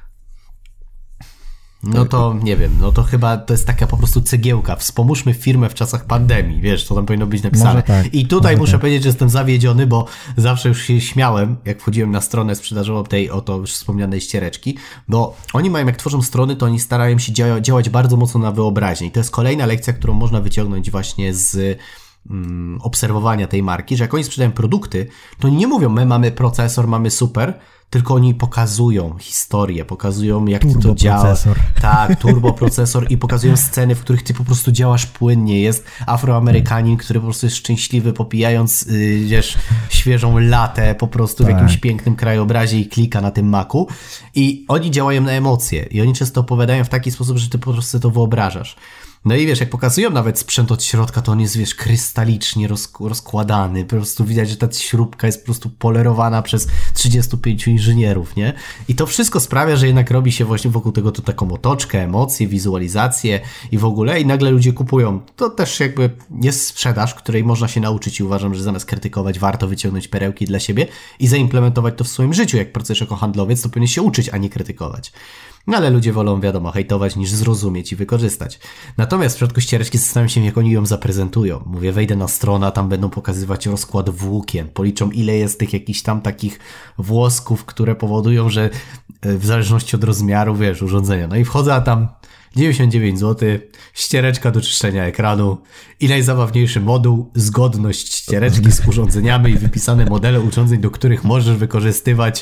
no to nie wiem, no to chyba to jest taka po prostu cegiełka. Wspomóżmy firmę w czasach pandemii, wiesz, to tam powinno być napisane. Tak, I tutaj muszę tak. powiedzieć, że jestem zawiedziony, bo zawsze już się śmiałem, jak wchodziłem na stronę sprzedażową tej oto już wspomnianej ściereczki, bo oni mają, jak tworzą strony, to oni starają się dzia- działać bardzo mocno na wyobraźnię. I to jest kolejna lekcja, którą można wyciągnąć właśnie z mm, obserwowania tej marki, że jak oni sprzedają produkty, to oni nie mówią, my mamy procesor, mamy super, tylko oni pokazują historię, pokazują jak ty to działa. Tak, turboprocesor i pokazują sceny, w których ty po prostu działasz płynnie. Jest Afroamerykanin, który po prostu jest szczęśliwy, popijając yy, wiesz, świeżą latę po prostu tak. w jakimś pięknym krajobrazie i klika na tym maku. I oni działają na emocje. I oni często opowiadają w taki sposób, że ty po prostu to wyobrażasz. No i wiesz, jak pokazują nawet sprzęt od środka, to on jest, wiesz, krystalicznie roz- rozkładany. Po prostu widać, że ta śrubka jest po prostu polerowana przez trzydziestu pięciu inżynierów, nie? I to wszystko sprawia, że jednak robi się właśnie wokół tego to taką otoczkę, emocje, wizualizacje i w ogóle i nagle ludzie kupują. To też jakby jest sprzedaż, której można się nauczyć i uważam, że zamiast krytykować, warto wyciągnąć perełki dla siebie i zaimplementować to w swoim życiu. Jak pracujesz jako handlowiec, to powinien się uczyć, a nie krytykować. No ale ludzie wolą, wiadomo, hejtować niż zrozumieć i wykorzystać. Natomiast w przypadku ściereczki zastanawiam się, jak oni ją zaprezentują. Mówię, wejdę na stronę, a tam będą pokazywać rozkład włókien, policzą ile jest tych jakichś tam takich włosków, które powodują, że w zależności od rozmiaru, wiesz, urządzenia. No i wchodzę, a tam dziewięćdziesiąt dziewięć złotych, ściereczka do czyszczenia ekranu i najzabawniejszy moduł, zgodność ściereczki z urządzeniami i wypisane modele urządzeń, do których możesz wykorzystywać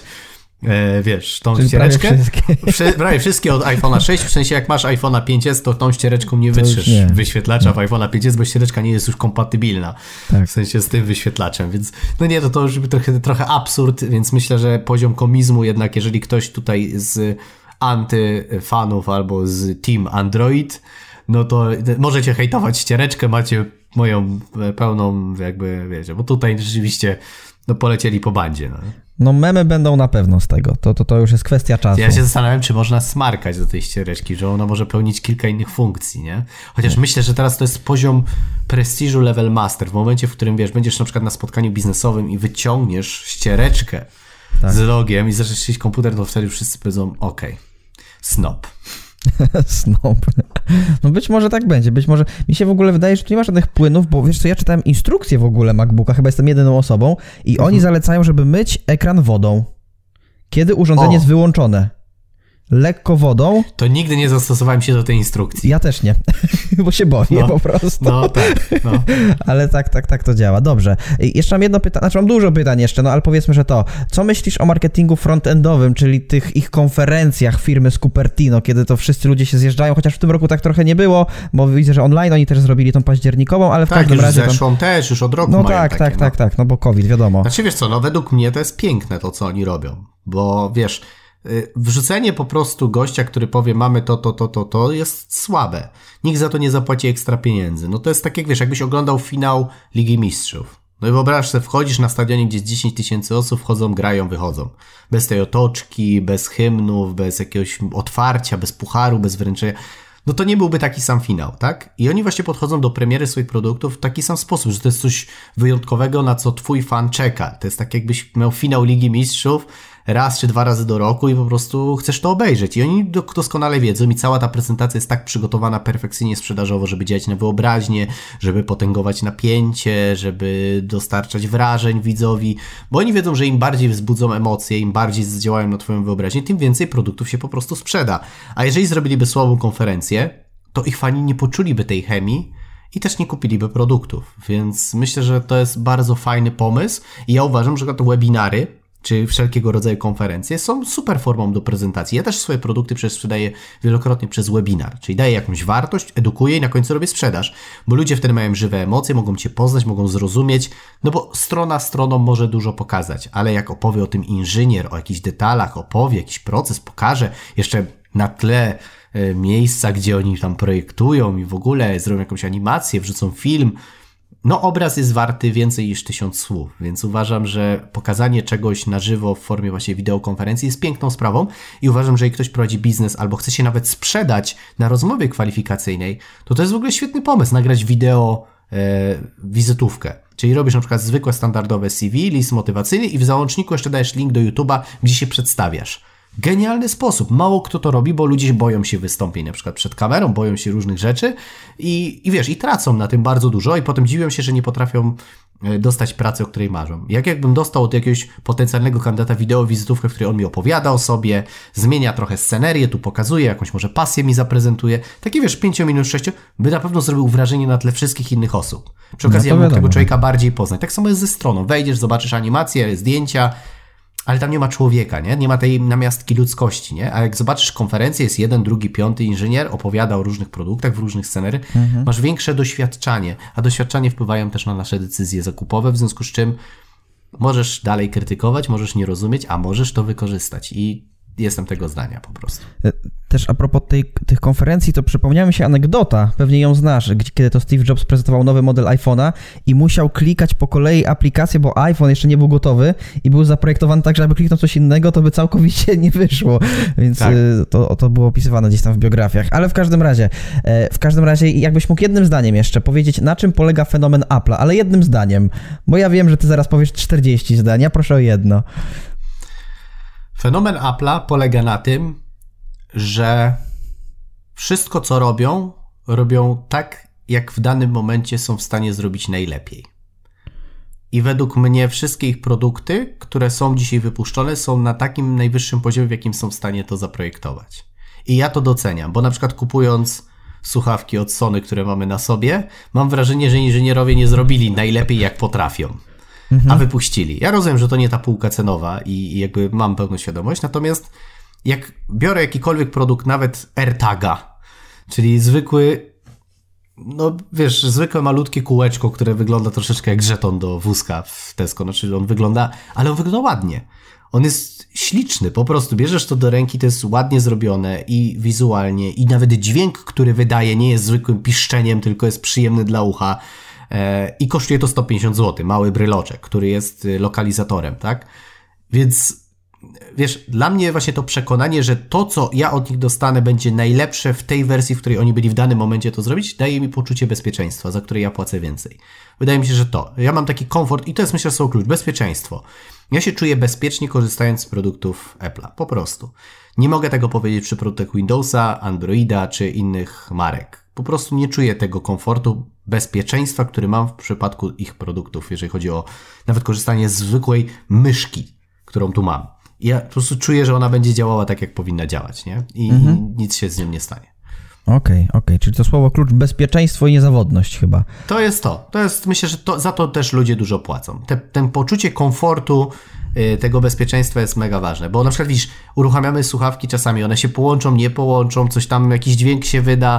E, wiesz, tą Czyli ściereczkę, prawie wszystkie. Wszy, prawie wszystkie od iPhone'a sześć, w sensie jak masz iPhone'a pięć S, to tą ściereczką nie wytrzesz nie. wyświetlacza w iPhone'a pięć S, bo ściereczka nie jest już kompatybilna, tak. w sensie z tym wyświetlaczem, więc no nie, to to już by trochę, trochę absurd, więc myślę, że poziom komizmu jednak, jeżeli ktoś tutaj z antyfanów albo z Team Android, no to możecie hejtować ściereczkę, macie moją pełną jakby, wiecie, bo tutaj rzeczywiście no polecieli po bandzie, no. No memy będą na pewno z tego, to, to, to już jest kwestia czasu. Ja się zastanawiam, czy można smarkać do tej ściereczki, że ona może pełnić kilka innych funkcji, nie? Chociaż nie. myślę, że teraz to jest poziom prestiżu level master, w momencie, w którym, wiesz, będziesz na przykład na spotkaniu biznesowym i wyciągniesz ściereczkę tak. z logiem i zaczniesz czyścić komputer, to wtedy wszyscy powiedzą, okej, okay, snob. Snob. No być może tak będzie, być może, mi się w ogóle wydaje, że tu nie ma żadnych płynów, bo wiesz co, ja czytałem instrukcję w ogóle MacBooka, chyba jestem jedyną osobą i mhm. oni zalecają, żeby myć ekran wodą, kiedy urządzenie o. jest wyłączone. Lekko wodą. To nigdy nie zastosowałem się do tej instrukcji. Ja też nie, bo się boję no, po prostu. No tak, no. Ale tak, tak, tak to działa. Dobrze. I jeszcze mam jedno pytanie, znaczy mam dużo pytań jeszcze, no ale powiedzmy, że to. Co myślisz o marketingu frontendowym, czyli tych ich konferencjach firmy z Cupertino, kiedy to wszyscy ludzie się zjeżdżają, chociaż w tym roku tak trochę nie było, bo widzę, że online oni też zrobili tą październikową, ale w tak, każdym już razie... zeszłą tam... też, już od roku No mają tak, takie, tak, no. tak, tak, no bo COVID, wiadomo. Znaczy wiesz co, no według mnie to jest piękne to, co oni robią, bo wiesz... Wrzucenie po prostu gościa, który powie mamy to, to, to, to, to jest słabe. Nikt za to nie zapłaci ekstra pieniędzy. No to jest tak jak wiesz, jakbyś oglądał finał Ligi Mistrzów. No i wyobraź sobie, wchodzisz na stadionie, gdzie jest dziesięć tysięcy osób, wchodzą, grają, wychodzą. Bez tej otoczki, bez hymnów, bez jakiegoś otwarcia, bez pucharu, bez wręczenia. No to nie byłby taki sam finał, tak? I oni właśnie podchodzą do premiery swoich produktów w taki sam sposób, że to jest coś wyjątkowego, na co twój fan czeka. To jest tak, jakbyś miał finał Ligi Mistrzów raz czy dwa razy do roku i po prostu chcesz to obejrzeć. I oni doskonale wiedzą i cała ta prezentacja jest tak przygotowana perfekcyjnie sprzedażowo, żeby działać na wyobraźnię, żeby potęgować napięcie, żeby dostarczać wrażeń widzowi, bo oni wiedzą, że im bardziej wzbudzą emocje, im bardziej zdziałają na twoją wyobraźnię, tym więcej produktów się po prostu sprzeda. A jeżeli zrobiliby słabą konferencję, to ich fani nie poczuliby tej chemii i też nie kupiliby produktów. Więc myślę, że to jest bardzo fajny pomysł i ja uważam, że to webinary czy wszelkiego rodzaju konferencje są super formą do prezentacji. Ja też swoje produkty przecież sprzedaję wielokrotnie przez webinar, czyli daję jakąś wartość, edukuję i na końcu robię sprzedaż, bo ludzie wtedy mają żywe emocje, mogą cię poznać, mogą zrozumieć, no bo strona stroną może dużo pokazać, ale jak opowie o tym inżynier, o jakichś detalach, opowie jakiś proces, pokaże jeszcze na tle e, miejsca, gdzie oni tam projektują i w ogóle zrobią jakąś animację, wrzucą film, no obraz jest warty więcej niż tysiąc słów, więc uważam, że pokazanie czegoś na żywo w formie właśnie wideokonferencji jest piękną sprawą i uważam, że jeżeli ktoś prowadzi biznes albo chce się nawet sprzedać na rozmowie kwalifikacyjnej, to to jest w ogóle świetny pomysł, nagrać wideo e, wizytówkę. Czyli robisz na przykład zwykłe, standardowe C V, list motywacyjny i w załączniku jeszcze dajesz link do YouTube'a, gdzie się przedstawiasz. Genialny sposób. Mało kto to robi, bo ludzie boją się wystąpień na przykład przed kamerą, boją się różnych rzeczy i, i wiesz, i tracą na tym bardzo dużo i potem dziwią się, że nie potrafią dostać pracy, o której marzą. Jak jakbym dostał od jakiegoś potencjalnego kandydata wideo wizytówkę, w której on mi opowiada o sobie, zmienia trochę scenerię, tu pokazuje, jakąś może pasję mi zaprezentuje, takie wiesz, pięciu minut, sześciu, by na pewno zrobił wrażenie na tle wszystkich innych osób. Przy okazji no ja mógł tego człowieka bardziej poznać. Tak samo jest ze stroną. Wejdziesz, zobaczysz animację, zdjęcia, ale tam nie ma człowieka, nie? Nie ma tej namiastki ludzkości, nie? A jak zobaczysz konferencję, jest jeden, drugi, piąty inżynier, opowiada o różnych produktach, w różnych scenariach, mhm. masz większe doświadczanie, a doświadczanie wpływają też na nasze decyzje zakupowe, w związku z czym możesz dalej krytykować, możesz nie rozumieć, a możesz to wykorzystać i jestem tego zdania po prostu. Też a propos tej, tych konferencji, to przypomniała mi się anegdota, pewnie ją znasz, kiedy to Steve Jobs prezentował nowy model iPhone'a i musiał klikać po kolei aplikację, bo iPhone jeszcze nie był gotowy i był zaprojektowany tak, że aby kliknął coś innego, to by całkowicie nie wyszło, więc tak. to, to było opisywane gdzieś tam w biografiach, ale w każdym razie, w każdym razie jakbyś mógł jednym zdaniem jeszcze powiedzieć, na czym polega fenomen Apple'a, ale jednym zdaniem, bo ja wiem, że ty zaraz powiesz czterdzieści zdań, ja proszę o jedno. Fenomen Apple'a polega na tym, że wszystko, co robią, robią tak, jak w danym momencie są w stanie zrobić najlepiej. I według mnie wszystkie ich produkty, które są dzisiaj wypuszczone, są na takim najwyższym poziomie, w jakim są w stanie to zaprojektować. I ja to doceniam, bo na przykład kupując słuchawki od Sony, które mamy na sobie, mam wrażenie, że inżynierowie nie zrobili najlepiej, jak potrafią. Mhm. A wypuścili. Ja rozumiem, że to nie ta półka cenowa i jakby mam pełną świadomość, natomiast jak biorę jakikolwiek produkt, nawet AirTaga, czyli zwykły, no wiesz, zwykłe malutkie kółeczko, które wygląda troszeczkę jak żeton do wózka w Tesco, znaczy on wygląda, ale on wygląda ładnie. On jest śliczny, po prostu bierzesz to do ręki, to jest ładnie zrobione i wizualnie i nawet dźwięk, który wydaje, nie jest zwykłym piszczeniem, tylko jest przyjemny dla ucha. I kosztuje to sto pięćdziesiąt złotych, mały bryloczek, który jest lokalizatorem, tak? Więc wiesz, dla mnie właśnie to przekonanie, że to, co ja od nich dostanę, będzie najlepsze w tej wersji, w której oni byli w danym momencie to zrobić, daje mi poczucie bezpieczeństwa, za które ja płacę więcej. Wydaje mi się, że to. Ja mam taki komfort i to jest, myślę, słowo klucz. Bezpieczeństwo. Ja się czuję bezpiecznie, korzystając z produktów Apple'a. Po prostu. Nie mogę tego powiedzieć przy produktach Windowsa, Androida czy innych marek. Po prostu nie czuję tego komfortu, bezpieczeństwa, który mam w przypadku ich produktów, jeżeli chodzi o nawet korzystanie z zwykłej myszki, którą tu mam. Ja po prostu czuję, że ona będzie działała tak, jak powinna działać, nie? I, mhm. i nic się z nią nie stanie. Okej, okay, okej, okay. Czyli to słowo klucz bezpieczeństwo i niezawodność chyba. To jest to. To jest, myślę, że to, za to też ludzie dużo płacą. Te, ten poczucie komfortu, yy, tego bezpieczeństwa jest mega ważne, bo na przykład widzisz, uruchamiamy słuchawki czasami, one się połączą, nie połączą, coś tam, jakiś dźwięk się wyda.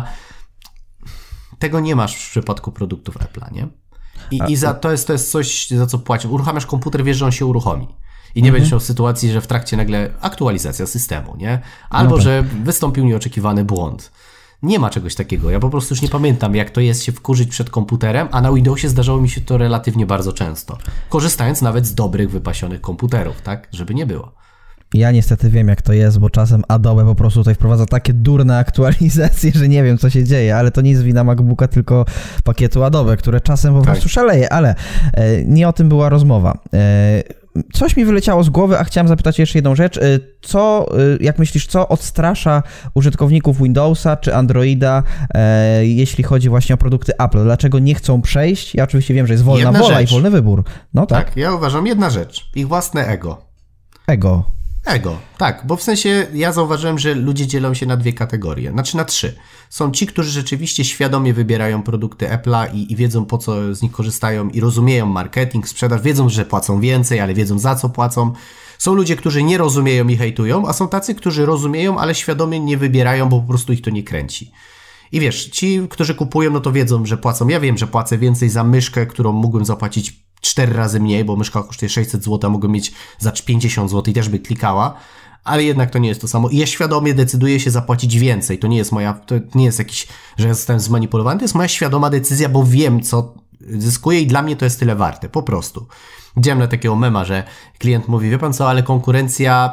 Tego nie masz w przypadku produktów Apple'a, nie? I, A, i za, to, jest, to jest coś, za co płacisz. Uruchamiasz komputer, wiesz, że on się uruchomi. I nie mhm. będziesz miał sytuacji, że w trakcie nagle aktualizacja systemu, nie? Albo, no tak. że wystąpił nieoczekiwany błąd. Nie ma czegoś takiego. Ja po prostu już nie pamiętam, jak to jest się wkurzyć przed komputerem, a na Windowsie zdarzało mi się to relatywnie bardzo często. Korzystając nawet z dobrych, wypasionych komputerów, tak? Żeby nie było. Ja niestety wiem, jak to jest, bo czasem Adobe po prostu tutaj wprowadza takie durne aktualizacje, że nie wiem, co się dzieje, ale to nie jest wina MacBooka, tylko pakietu Adobe, które czasem po tak. prostu szaleje, ale e, nie o tym była rozmowa. E, coś mi wyleciało z głowy, a chciałem zapytać jeszcze jedną rzecz. E, co, e, jak myślisz, co odstrasza użytkowników Windowsa czy Androida, e, jeśli chodzi właśnie o produkty Apple? Dlaczego nie chcą przejść? Ja oczywiście wiem, że jest wolna jedna wola rzecz. i wolny wybór. No tak. Tak, ja uważam, jedna rzecz. Ich własne ego. Ego. Ego, tak, bo w sensie ja zauważyłem, że ludzie dzielą się na dwie kategorie, znaczy na trzy. Są ci, którzy rzeczywiście świadomie wybierają produkty Apple'a i, i wiedzą, po co z nich korzystają i rozumieją marketing, sprzedaż, wiedzą, że płacą więcej, ale wiedzą, za co płacą. Są ludzie, którzy nie rozumieją i hejtują, a są tacy, którzy rozumieją, ale świadomie nie wybierają, bo po prostu ich to nie kręci. I wiesz, ci, którzy kupują, no to wiedzą, że płacą. Ja wiem, że płacę więcej za myszkę, którą mógłbym zapłacić cztery razy mniej, bo myszka kosztuje sześćset złotych, a mogę mieć za pięćdziesiąt złotych i też by klikała, ale jednak to nie jest to samo. I ja świadomie decyduję się zapłacić więcej. To nie jest moja, to nie jest jakiś, że ja zostałem zmanipulowany, to jest moja świadoma decyzja, bo wiem, co zyskuję i dla mnie to jest tyle warte, po prostu. Widziałem na takiego mema, że klient mówi, wie pan co, ale konkurencja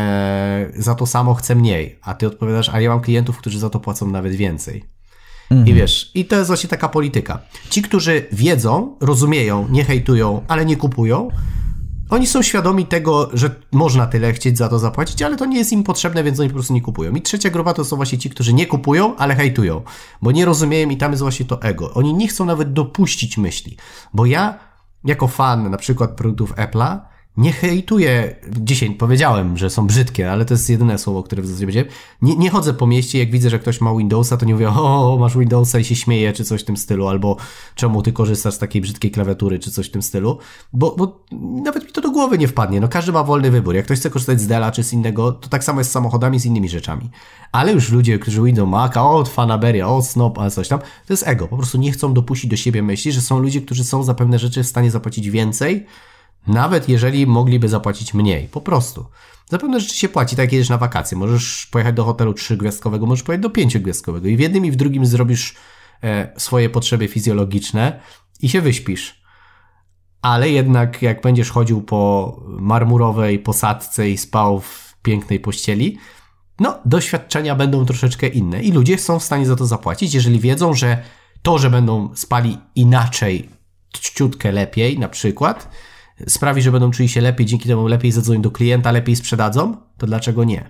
e, za to samo chce mniej, a ty odpowiadasz, a ja mam klientów, którzy za to płacą nawet więcej. Mhm. I wiesz, i to jest właśnie taka polityka. Ci, którzy wiedzą, rozumieją, nie hejtują, ale nie kupują, oni są świadomi tego, że można tyle chcieć za to zapłacić, ale to nie jest im potrzebne, więc oni po prostu nie kupują. I trzecia grupa to są właśnie ci, którzy nie kupują, ale hejtują, bo nie rozumieją i tam jest właśnie to ego. Oni nie chcą nawet dopuścić myśli, bo ja jako fan na przykład produktów Apple'a nie hejtuję, dzisiaj powiedziałem, że są brzydkie, ale to jest jedyne słowo, które w zasadzie powiedziałem. Nie, nie chodzę po mieście, jak widzę, że ktoś ma Windowsa, to nie mówię, o, masz Windowsa i się śmieję, czy coś w tym stylu, albo czemu ty korzystasz z takiej brzydkiej klawiatury, czy coś w tym stylu, bo, bo nawet mi to do głowy nie wpadnie. No każdy ma wolny wybór. Jak ktoś chce korzystać z Della, czy z innego, to tak samo jest z samochodami, z innymi rzeczami. Ale już ludzie, którzy wyjdą Maca, o, fanaberia, o, snop, a coś tam, to jest ego. Po prostu nie chcą dopuścić do siebie myśli, że są ludzie, którzy są za pewne rzeczy w stanie zapłacić więcej, nawet jeżeli mogliby zapłacić mniej, po prostu. Za pewne rzeczy się płaci, tak jak jedziesz na wakacje. Możesz pojechać do hotelu trzygwiazdkowego, możesz pojechać do pięciogwiazdkowego i w jednym i w drugim zrobisz e, swoje potrzeby fizjologiczne i się wyśpisz. Ale jednak jak będziesz chodził po marmurowej posadce i spał w pięknej pościeli, no doświadczenia będą troszeczkę inne i ludzie są w stanie za to zapłacić, jeżeli wiedzą, że to, że będą spali inaczej, ciutkę lepiej na przykład, sprawi, że będą czuli się lepiej, dzięki temu lepiej zadzwonią do klienta, lepiej sprzedadzą, to dlaczego nie?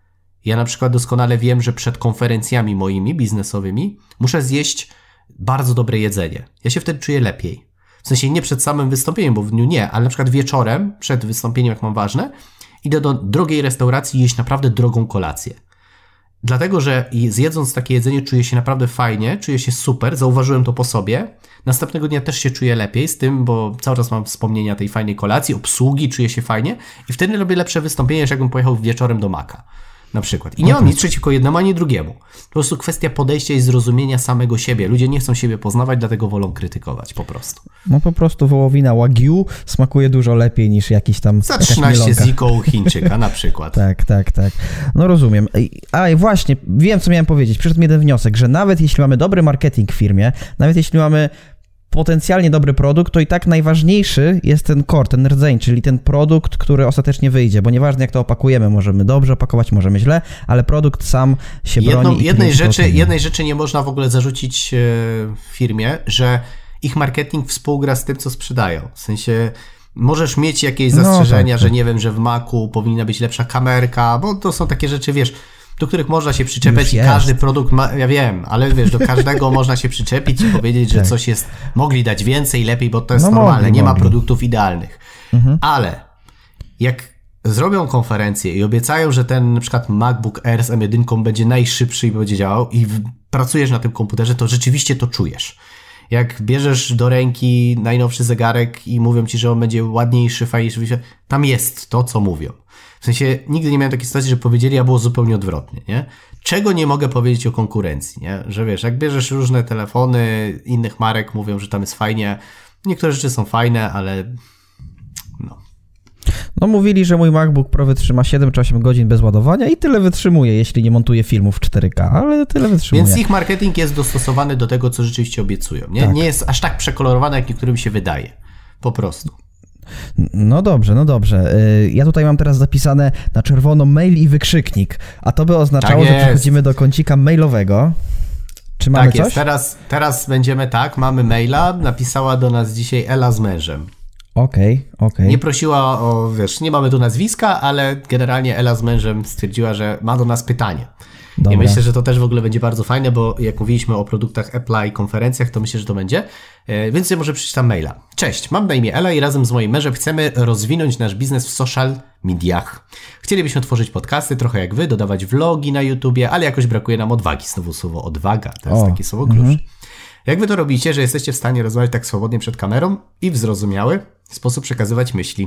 Ja na przykład doskonale wiem, że przed konferencjami moimi biznesowymi muszę zjeść bardzo dobre jedzenie. Ja się wtedy czuję lepiej. W sensie nie przed samym wystąpieniem, bo w dniu nie, ale na przykład wieczorem, przed wystąpieniem, jak mam ważne, idę do drogiej restauracji jeść naprawdę drogą kolację. Dlatego, że zjedząc takie jedzenie czuję się naprawdę fajnie, czuję się super, zauważyłem to po sobie. Następnego dnia też się czuję lepiej z tym, bo cały czas mam wspomnienia tej fajnej kolacji, obsługi, czuję się fajnie i wtedy robię lepsze wystąpienie, niż jakbym pojechał wieczorem do Maca. Na przykład. I nie mam nic przeciwko jednemu ani drugiemu. Po prostu kwestia podejścia i zrozumienia samego siebie. Ludzie nie chcą siebie poznawać, dlatego wolą krytykować po prostu. No po prostu wołowina Wagyu smakuje dużo lepiej niż jakiś tam... Za trzynaście ziką Chińczyka na przykład. Tak, tak, tak. No rozumiem. A i właśnie, wiem co miałem powiedzieć. Przyszedł mi jeden wniosek, że nawet jeśli mamy dobry marketing w firmie, nawet jeśli mamy potencjalnie dobry produkt, to i tak najważniejszy jest ten core, ten rdzeń, czyli ten produkt, który ostatecznie wyjdzie, bo nieważne jak to opakujemy, możemy dobrze opakować, możemy źle, ale produkt sam się Jedną, broni. Jednej rzeczy, jednej rzeczy nie można w ogóle zarzucić firmie, że ich marketing współgra z tym, co sprzedają. W sensie możesz mieć jakieś zastrzeżenia, no, tak, że nie wiem, że w Macu powinna być lepsza kamerka, bo to są takie rzeczy, wiesz, do których można się przyczepiać i każdy produkt ma, ja wiem, ale wiesz, do każdego można się przyczepić i powiedzieć, że tak. coś jest, mogli dać więcej, lepiej, bo to jest no normalne, mogli, nie mogli. ma produktów idealnych. Mhm. Ale jak zrobią konferencję i obiecają, że ten na przykład MacBook Air z M jeden będzie najszybszy i będzie działał i w, pracujesz na tym komputerze, to rzeczywiście to czujesz. Jak bierzesz do ręki najnowszy zegarek i mówią ci, że on będzie ładniejszy, fajniejszy, tam jest to, co mówią. W sensie nigdy nie miałem takiej sytuacji, że powiedzieli, a było zupełnie odwrotnie, nie? Czego nie mogę powiedzieć o konkurencji, nie? Że wiesz, jak bierzesz różne telefony innych marek, mówią, że tam jest fajnie. Niektóre rzeczy są fajne, ale no. No mówili, że mój MacBook Pro wytrzyma siedem czy osiem godzin bez ładowania i tyle wytrzymuje, jeśli nie montuje filmów w cztery K, ale tyle wytrzymuje. Więc ich marketing jest dostosowany do tego, co rzeczywiście obiecują. Nie, tak. nie jest aż tak przekolorowany, jak niektórym się wydaje. Po prostu. No dobrze, no dobrze. Ja tutaj mam teraz zapisane na czerwono mail i wykrzyknik, a to by oznaczało, tak że przechodzimy do kącika mailowego. Czy mamy tak coś? Jest. Teraz, teraz będziemy tak, mamy maila, napisała do nas dzisiaj Ela z mężem. Okej, okay, okej. Okay. Nie prosiła o, wiesz, nie mamy tu nazwiska, ale generalnie Ela z mężem stwierdziła, że ma do nas pytanie. Dobra. I myślę, że to też w ogóle będzie bardzo fajne, bo jak mówiliśmy o produktach Apple'a i konferencjach, to myślę, że to będzie. Więc ja może przeczytam maila. Cześć, mam na imię Ela i razem z moim mężem chcemy rozwinąć nasz biznes w social mediach. Chcielibyśmy tworzyć podcasty, trochę jak wy, dodawać vlogi na YouTubie, ale jakoś brakuje nam odwagi. Znowu słowo odwaga, to jest o, takie słowo klucz. Mm-hmm. Jak wy to robicie, że jesteście w stanie rozmawiać tak swobodnie przed kamerą i w zrozumiały sposób przekazywać myśli?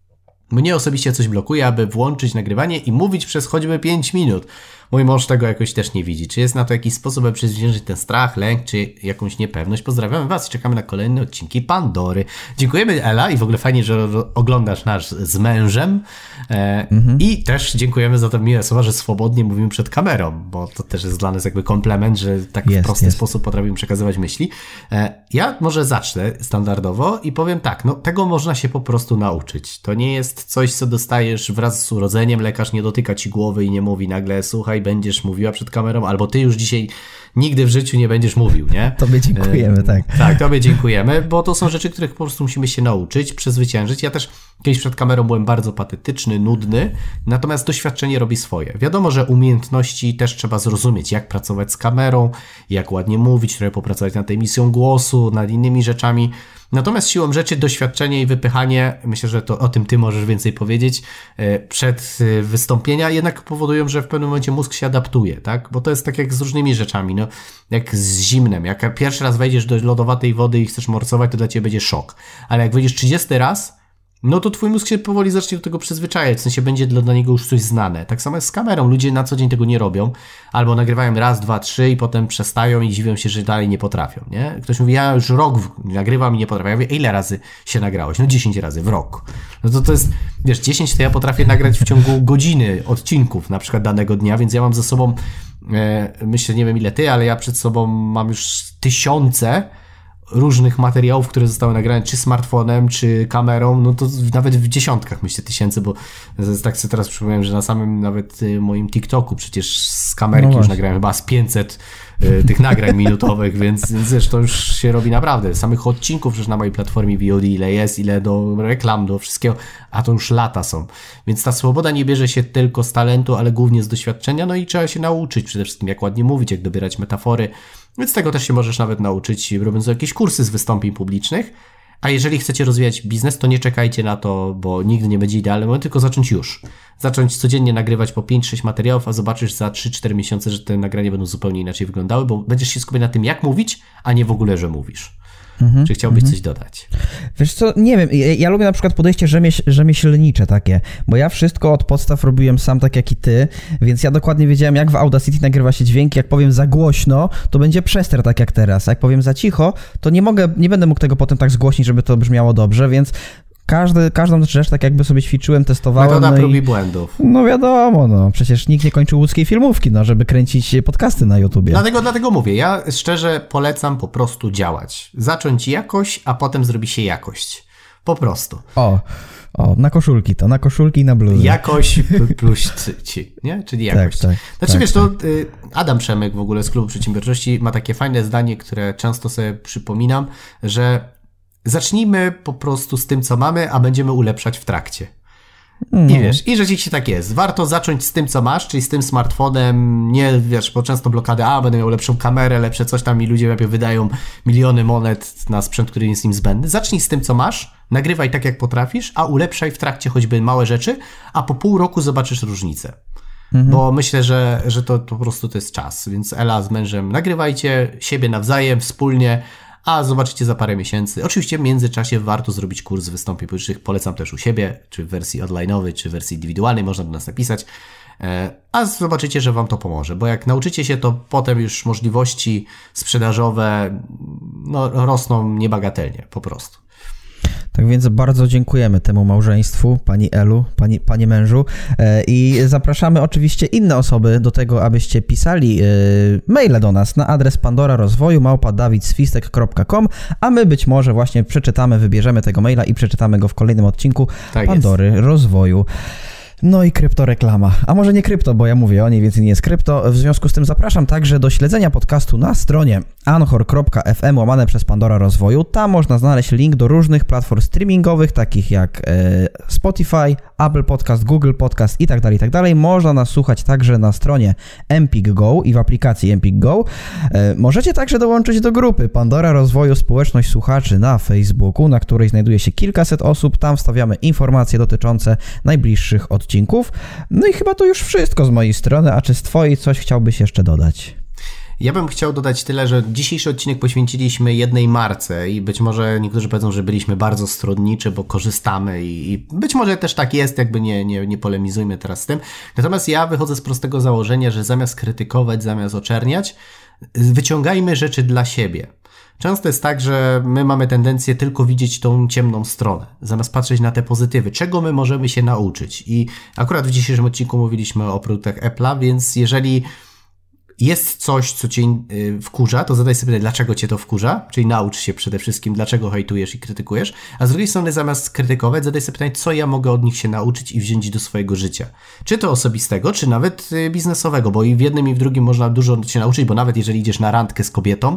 Mnie osobiście coś blokuje, aby włączyć nagrywanie i mówić przez choćby pięć minut. Mój mąż tego jakoś też nie widzi. Czy jest na to jakiś sposób, aby przezwyciężyć ten strach, lęk, czy jakąś niepewność? Pozdrawiamy was i czekamy na kolejne odcinki Pandory. Dziękujemy, Ela, i w ogóle fajnie, że oglądasz nasz z mężem. E, mhm. I też dziękujemy za to miłe słowa, że swobodnie mówimy przed kamerą, bo to też jest dla nas jakby komplement, że tak jest, w prosty jest. sposób potrafimy przekazywać myśli. E, ja może zacznę standardowo i powiem tak, no tego można się po prostu nauczyć. To nie jest coś, co dostajesz wraz z urodzeniem, lekarz nie dotyka ci głowy i nie mówi nagle, słuchaj, będziesz mówiła przed kamerą, albo ty już dzisiaj nigdy w życiu nie będziesz mówił, nie? Tobie dziękujemy, tak. Tak, tobie dziękujemy, bo to są rzeczy, których po prostu musimy się nauczyć, przezwyciężyć. Ja też kiedyś przed kamerą byłem bardzo patetyczny, nudny, natomiast doświadczenie robi swoje. Wiadomo, że umiejętności też trzeba zrozumieć, jak pracować z kamerą, jak ładnie mówić, trochę popracować nad emisją głosu, nad innymi rzeczami. Natomiast siłą rzeczy doświadczenie i wypychanie, myślę, że to o tym ty możesz więcej powiedzieć, przed wystąpienia jednak powodują, że w pewnym momencie mózg się adaptuje, tak? Bo to jest tak jak z różnymi rzeczami, no jak z zimnem. Jak pierwszy raz wejdziesz do lodowatej wody i chcesz morsować, to dla ciebie będzie szok. Ale jak wejdziesz trzydziesty raz, no to twój mózg się powoli zacznie do tego przyzwyczajać, w sensie będzie dla niego już coś znane. Tak samo jest z kamerą, ludzie na co dzień tego nie robią, albo nagrywają raz, dwa, trzy i potem przestają i dziwią się, że dalej nie potrafią, nie? Ktoś mówi, ja już rok nagrywam i nie potrafię. Ja mówię, ile razy się nagrałeś? No dziesięć razy w rok. No to to jest, wiesz, dziesięć to ja potrafię nagrać w ciągu godziny odcinków na przykład danego dnia, więc ja mam ze sobą, e, myślę, nie wiem ile ty, ale ja przed sobą mam już tysiące różnych materiałów, które zostały nagrane czy smartfonem, czy kamerą, no to nawet w dziesiątkach myślę tysięcy, bo tak sobie teraz przypomniałem, że na samym nawet moim TikToku przecież z kamerki no już nagrałem chyba z pięćset y, tych nagrań minutowych, więc, więc wiesz, to już się robi naprawdę. Samych odcinków przecież na mojej platformie V O D ile jest, ile do reklam, do wszystkiego, a to już lata są. Więc ta swoboda nie bierze się tylko z talentu, ale głównie z doświadczenia, no i trzeba się nauczyć przede wszystkim, jak ładnie mówić, jak dobierać metafory. Więc tego też się możesz nawet nauczyć, robiąc jakieś kursy z wystąpień publicznych. A jeżeli chcecie rozwijać biznes, to nie czekajcie na to, bo nigdy nie będzie idealny moment, tylko zacząć już. Zacząć codziennie nagrywać po pięć sześć materiałów, a zobaczysz za trzy cztery miesiące, że te nagrania będą zupełnie inaczej wyglądały, bo będziesz się skupiać na tym, jak mówić, a nie w ogóle, że mówisz. Mhm, Czy chciałbyś mhm. coś dodać? Wiesz co, nie wiem, ja, ja lubię na przykład podejście rzemieś, rzemieślnicze takie, bo ja wszystko od podstaw robiłem sam tak jak i ty, więc ja dokładnie wiedziałem, jak w Audacity nagrywa się dźwięki, jak powiem za głośno, to będzie przester tak jak teraz, a jak powiem za cicho, to nie mogę, nie będę mógł tego potem tak zgłośnić, żeby to brzmiało dobrze, więc Każdy, każdą rzecz tak jakby sobie ćwiczyłem, testowałem. Metoda no prób i błędów. No wiadomo, no przecież nikt nie kończył łódzkiej filmówki, no żeby kręcić podcasty na YouTubie. Dlatego, dlatego mówię, ja szczerze polecam po prostu działać. Zacząć jakoś, a potem zrobi się jakość. Po prostu. O, o, na koszulki to, na koszulki i na bluzy. Jakość plus ci, nie? Czyli jakość. Tak, tak, znaczy tak, wiesz, tak. to Adam Przemyk w ogóle z Klubu Przedsiębiorczości ma takie fajne zdanie, które często sobie przypominam, że zacznijmy po prostu z tym, co mamy, a będziemy ulepszać w trakcie. Mm. I wiesz, i rzeczywiście tak jest. Warto zacząć z tym, co masz, czyli z tym smartfonem, nie, wiesz, bo często blokady, a będę miał lepszą kamerę, lepsze coś tam i ludzie lepiej wydają miliony monet na sprzęt, który jest im zbędny. Zacznij z tym, co masz, nagrywaj tak, jak potrafisz, a ulepszaj w trakcie choćby małe rzeczy, a po pół roku zobaczysz różnicę. Mhm. Bo myślę, że, że to, to po prostu to jest czas. Więc Ela z mężem nagrywajcie siebie nawzajem, wspólnie, a zobaczycie za parę miesięcy. Oczywiście w międzyczasie warto zrobić kurs wystąpień publicznych. Polecam też u siebie, czy w wersji online'owej, czy w wersji indywidualnej, można do nas napisać. A zobaczycie, że wam to pomoże, bo jak nauczycie się, to potem już możliwości sprzedażowe no, rosną niebagatelnie, po prostu. Tak więc bardzo dziękujemy temu małżeństwu, pani Elu, pani, panie mężu i zapraszamy oczywiście inne osoby do tego, abyście pisali maile do nas na adres pandora rozwoju małpa dawid swistek kropka com, a my być może właśnie przeczytamy, wybierzemy tego maila i przeczytamy go w kolejnym odcinku tak Pandory jest. Rozwoju. No i kryptoreklama. A może nie krypto, bo ja mówię o niej, więc nie jest krypto. W związku z tym zapraszam także do śledzenia podcastu na stronie anchor kropka f m łamane przez Pandora Rozwoju. Tam można znaleźć link do różnych platform streamingowych, takich jak e, Spotify, Apple Podcast, Google Podcast i tak dalej, i tak dalej. Można nas słuchać także na stronie Empik Go i w aplikacji Empik Go. E, możecie także dołączyć do grupy Pandora Rozwoju Społeczność Słuchaczy na Facebooku, na której znajduje się kilkaset osób. Tam wstawiamy informacje dotyczące najbliższych odcinków. No i chyba to już wszystko z mojej strony, a czy z twojej coś chciałbyś jeszcze dodać? Ja bym chciał dodać tyle, że dzisiejszy odcinek poświęciliśmy jednej marce i być może niektórzy powiedzą, że byliśmy bardzo stronniczy, bo korzystamy i, i być może też tak jest, jakby nie, nie, nie polemizujmy teraz z tym. Natomiast ja wychodzę z prostego założenia, że zamiast krytykować, zamiast oczerniać, wyciągajmy rzeczy dla siebie. Często jest tak, że my mamy tendencję tylko widzieć tą ciemną stronę, zamiast patrzeć na te pozytywy, czego my możemy się nauczyć. I akurat w dzisiejszym odcinku mówiliśmy o produktach Apple'a, więc jeżeli jest coś, co cię wkurza, to zadaj sobie pytanie, dlaczego cię to wkurza, czyli naucz się przede wszystkim, dlaczego hejtujesz i krytykujesz, a z drugiej strony zamiast krytykować, zadaj sobie pytanie, co ja mogę od nich się nauczyć i wziąć do swojego życia. Czy to osobistego, czy nawet biznesowego, bo i w jednym i w drugim można dużo się nauczyć, bo nawet jeżeli idziesz na randkę z kobietą,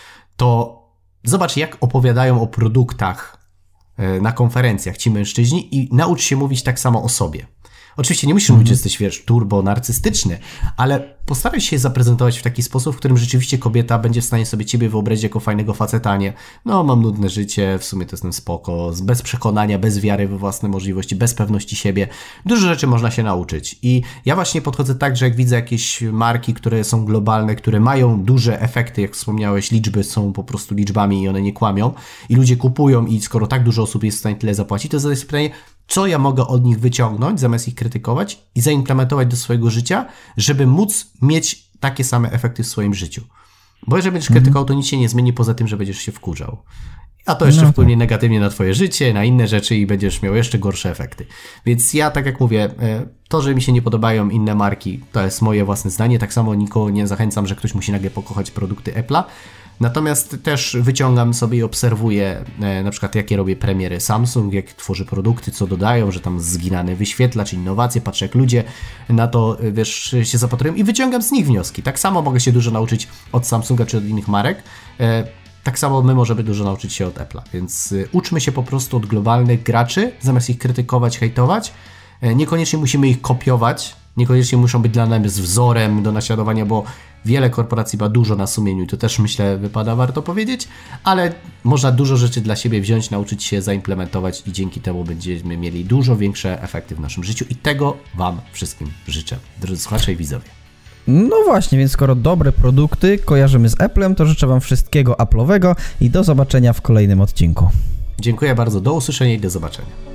to zobacz, jak opowiadają o produktach na konferencjach ci mężczyźni i naucz się mówić tak samo o sobie. Oczywiście nie musisz mówić, że jesteś, wiesz, turbo narcystyczny, ale postaraj się zaprezentować w taki sposób, w którym rzeczywiście kobieta będzie w stanie sobie ciebie wyobrazić jako fajnego faceta, nie? No, mam nudne życie, w sumie to jestem spoko, bez przekonania, bez wiary we własne możliwości, bez pewności siebie. Dużo rzeczy można się nauczyć. I ja właśnie podchodzę tak, że jak widzę jakieś marki, które są globalne, które mają duże efekty, jak wspomniałeś, liczby są po prostu liczbami i one nie kłamią i ludzie kupują i skoro tak dużo osób jest w stanie tyle zapłacić, to zadaj sobie pytanie, co ja mogę od nich wyciągnąć, zamiast ich krytykować i zaimplementować do swojego życia, żeby móc mieć takie same efekty w swoim życiu. Bo jeżeli będziesz krytykował, to nic się nie zmieni poza tym, że będziesz się wkurzał. A to jeszcze no wpłynie negatywnie na twoje życie, na inne rzeczy i będziesz miał jeszcze gorsze efekty. Więc ja, tak jak mówię, to, że mi się nie podobają inne marki, to jest moje własne zdanie. Tak samo nikogo nie zachęcam, że ktoś musi nagle pokochać produkty Apple'a. Natomiast też wyciągam sobie i obserwuję e, na przykład jakie robię premiery Samsung, jak tworzy produkty, co dodają, że tam zginany wyświetlacz, innowacje, patrzę jak ludzie na to, wiesz, się zapatrują i wyciągam z nich wnioski. Tak samo mogę się dużo nauczyć od Samsunga czy od innych marek, e, tak samo my możemy dużo nauczyć się od Apple'a, więc e, uczmy się po prostu od globalnych graczy, zamiast ich krytykować, hejtować. E, niekoniecznie musimy ich kopiować, niekoniecznie muszą być dla nas wzorem do naśladowania, bo wiele korporacji ma dużo na sumieniu i to też, myślę, wypada warto powiedzieć, ale można dużo rzeczy dla siebie wziąć, nauczyć się, zaimplementować i dzięki temu będziemy mieli dużo większe efekty w naszym życiu i tego Wam wszystkim życzę, drodzy słuchacze i widzowie. No właśnie, więc skoro dobre produkty kojarzymy z Applem, to życzę Wam wszystkiego Apple'owego i do zobaczenia w kolejnym odcinku. Dziękuję bardzo, do usłyszenia i do zobaczenia.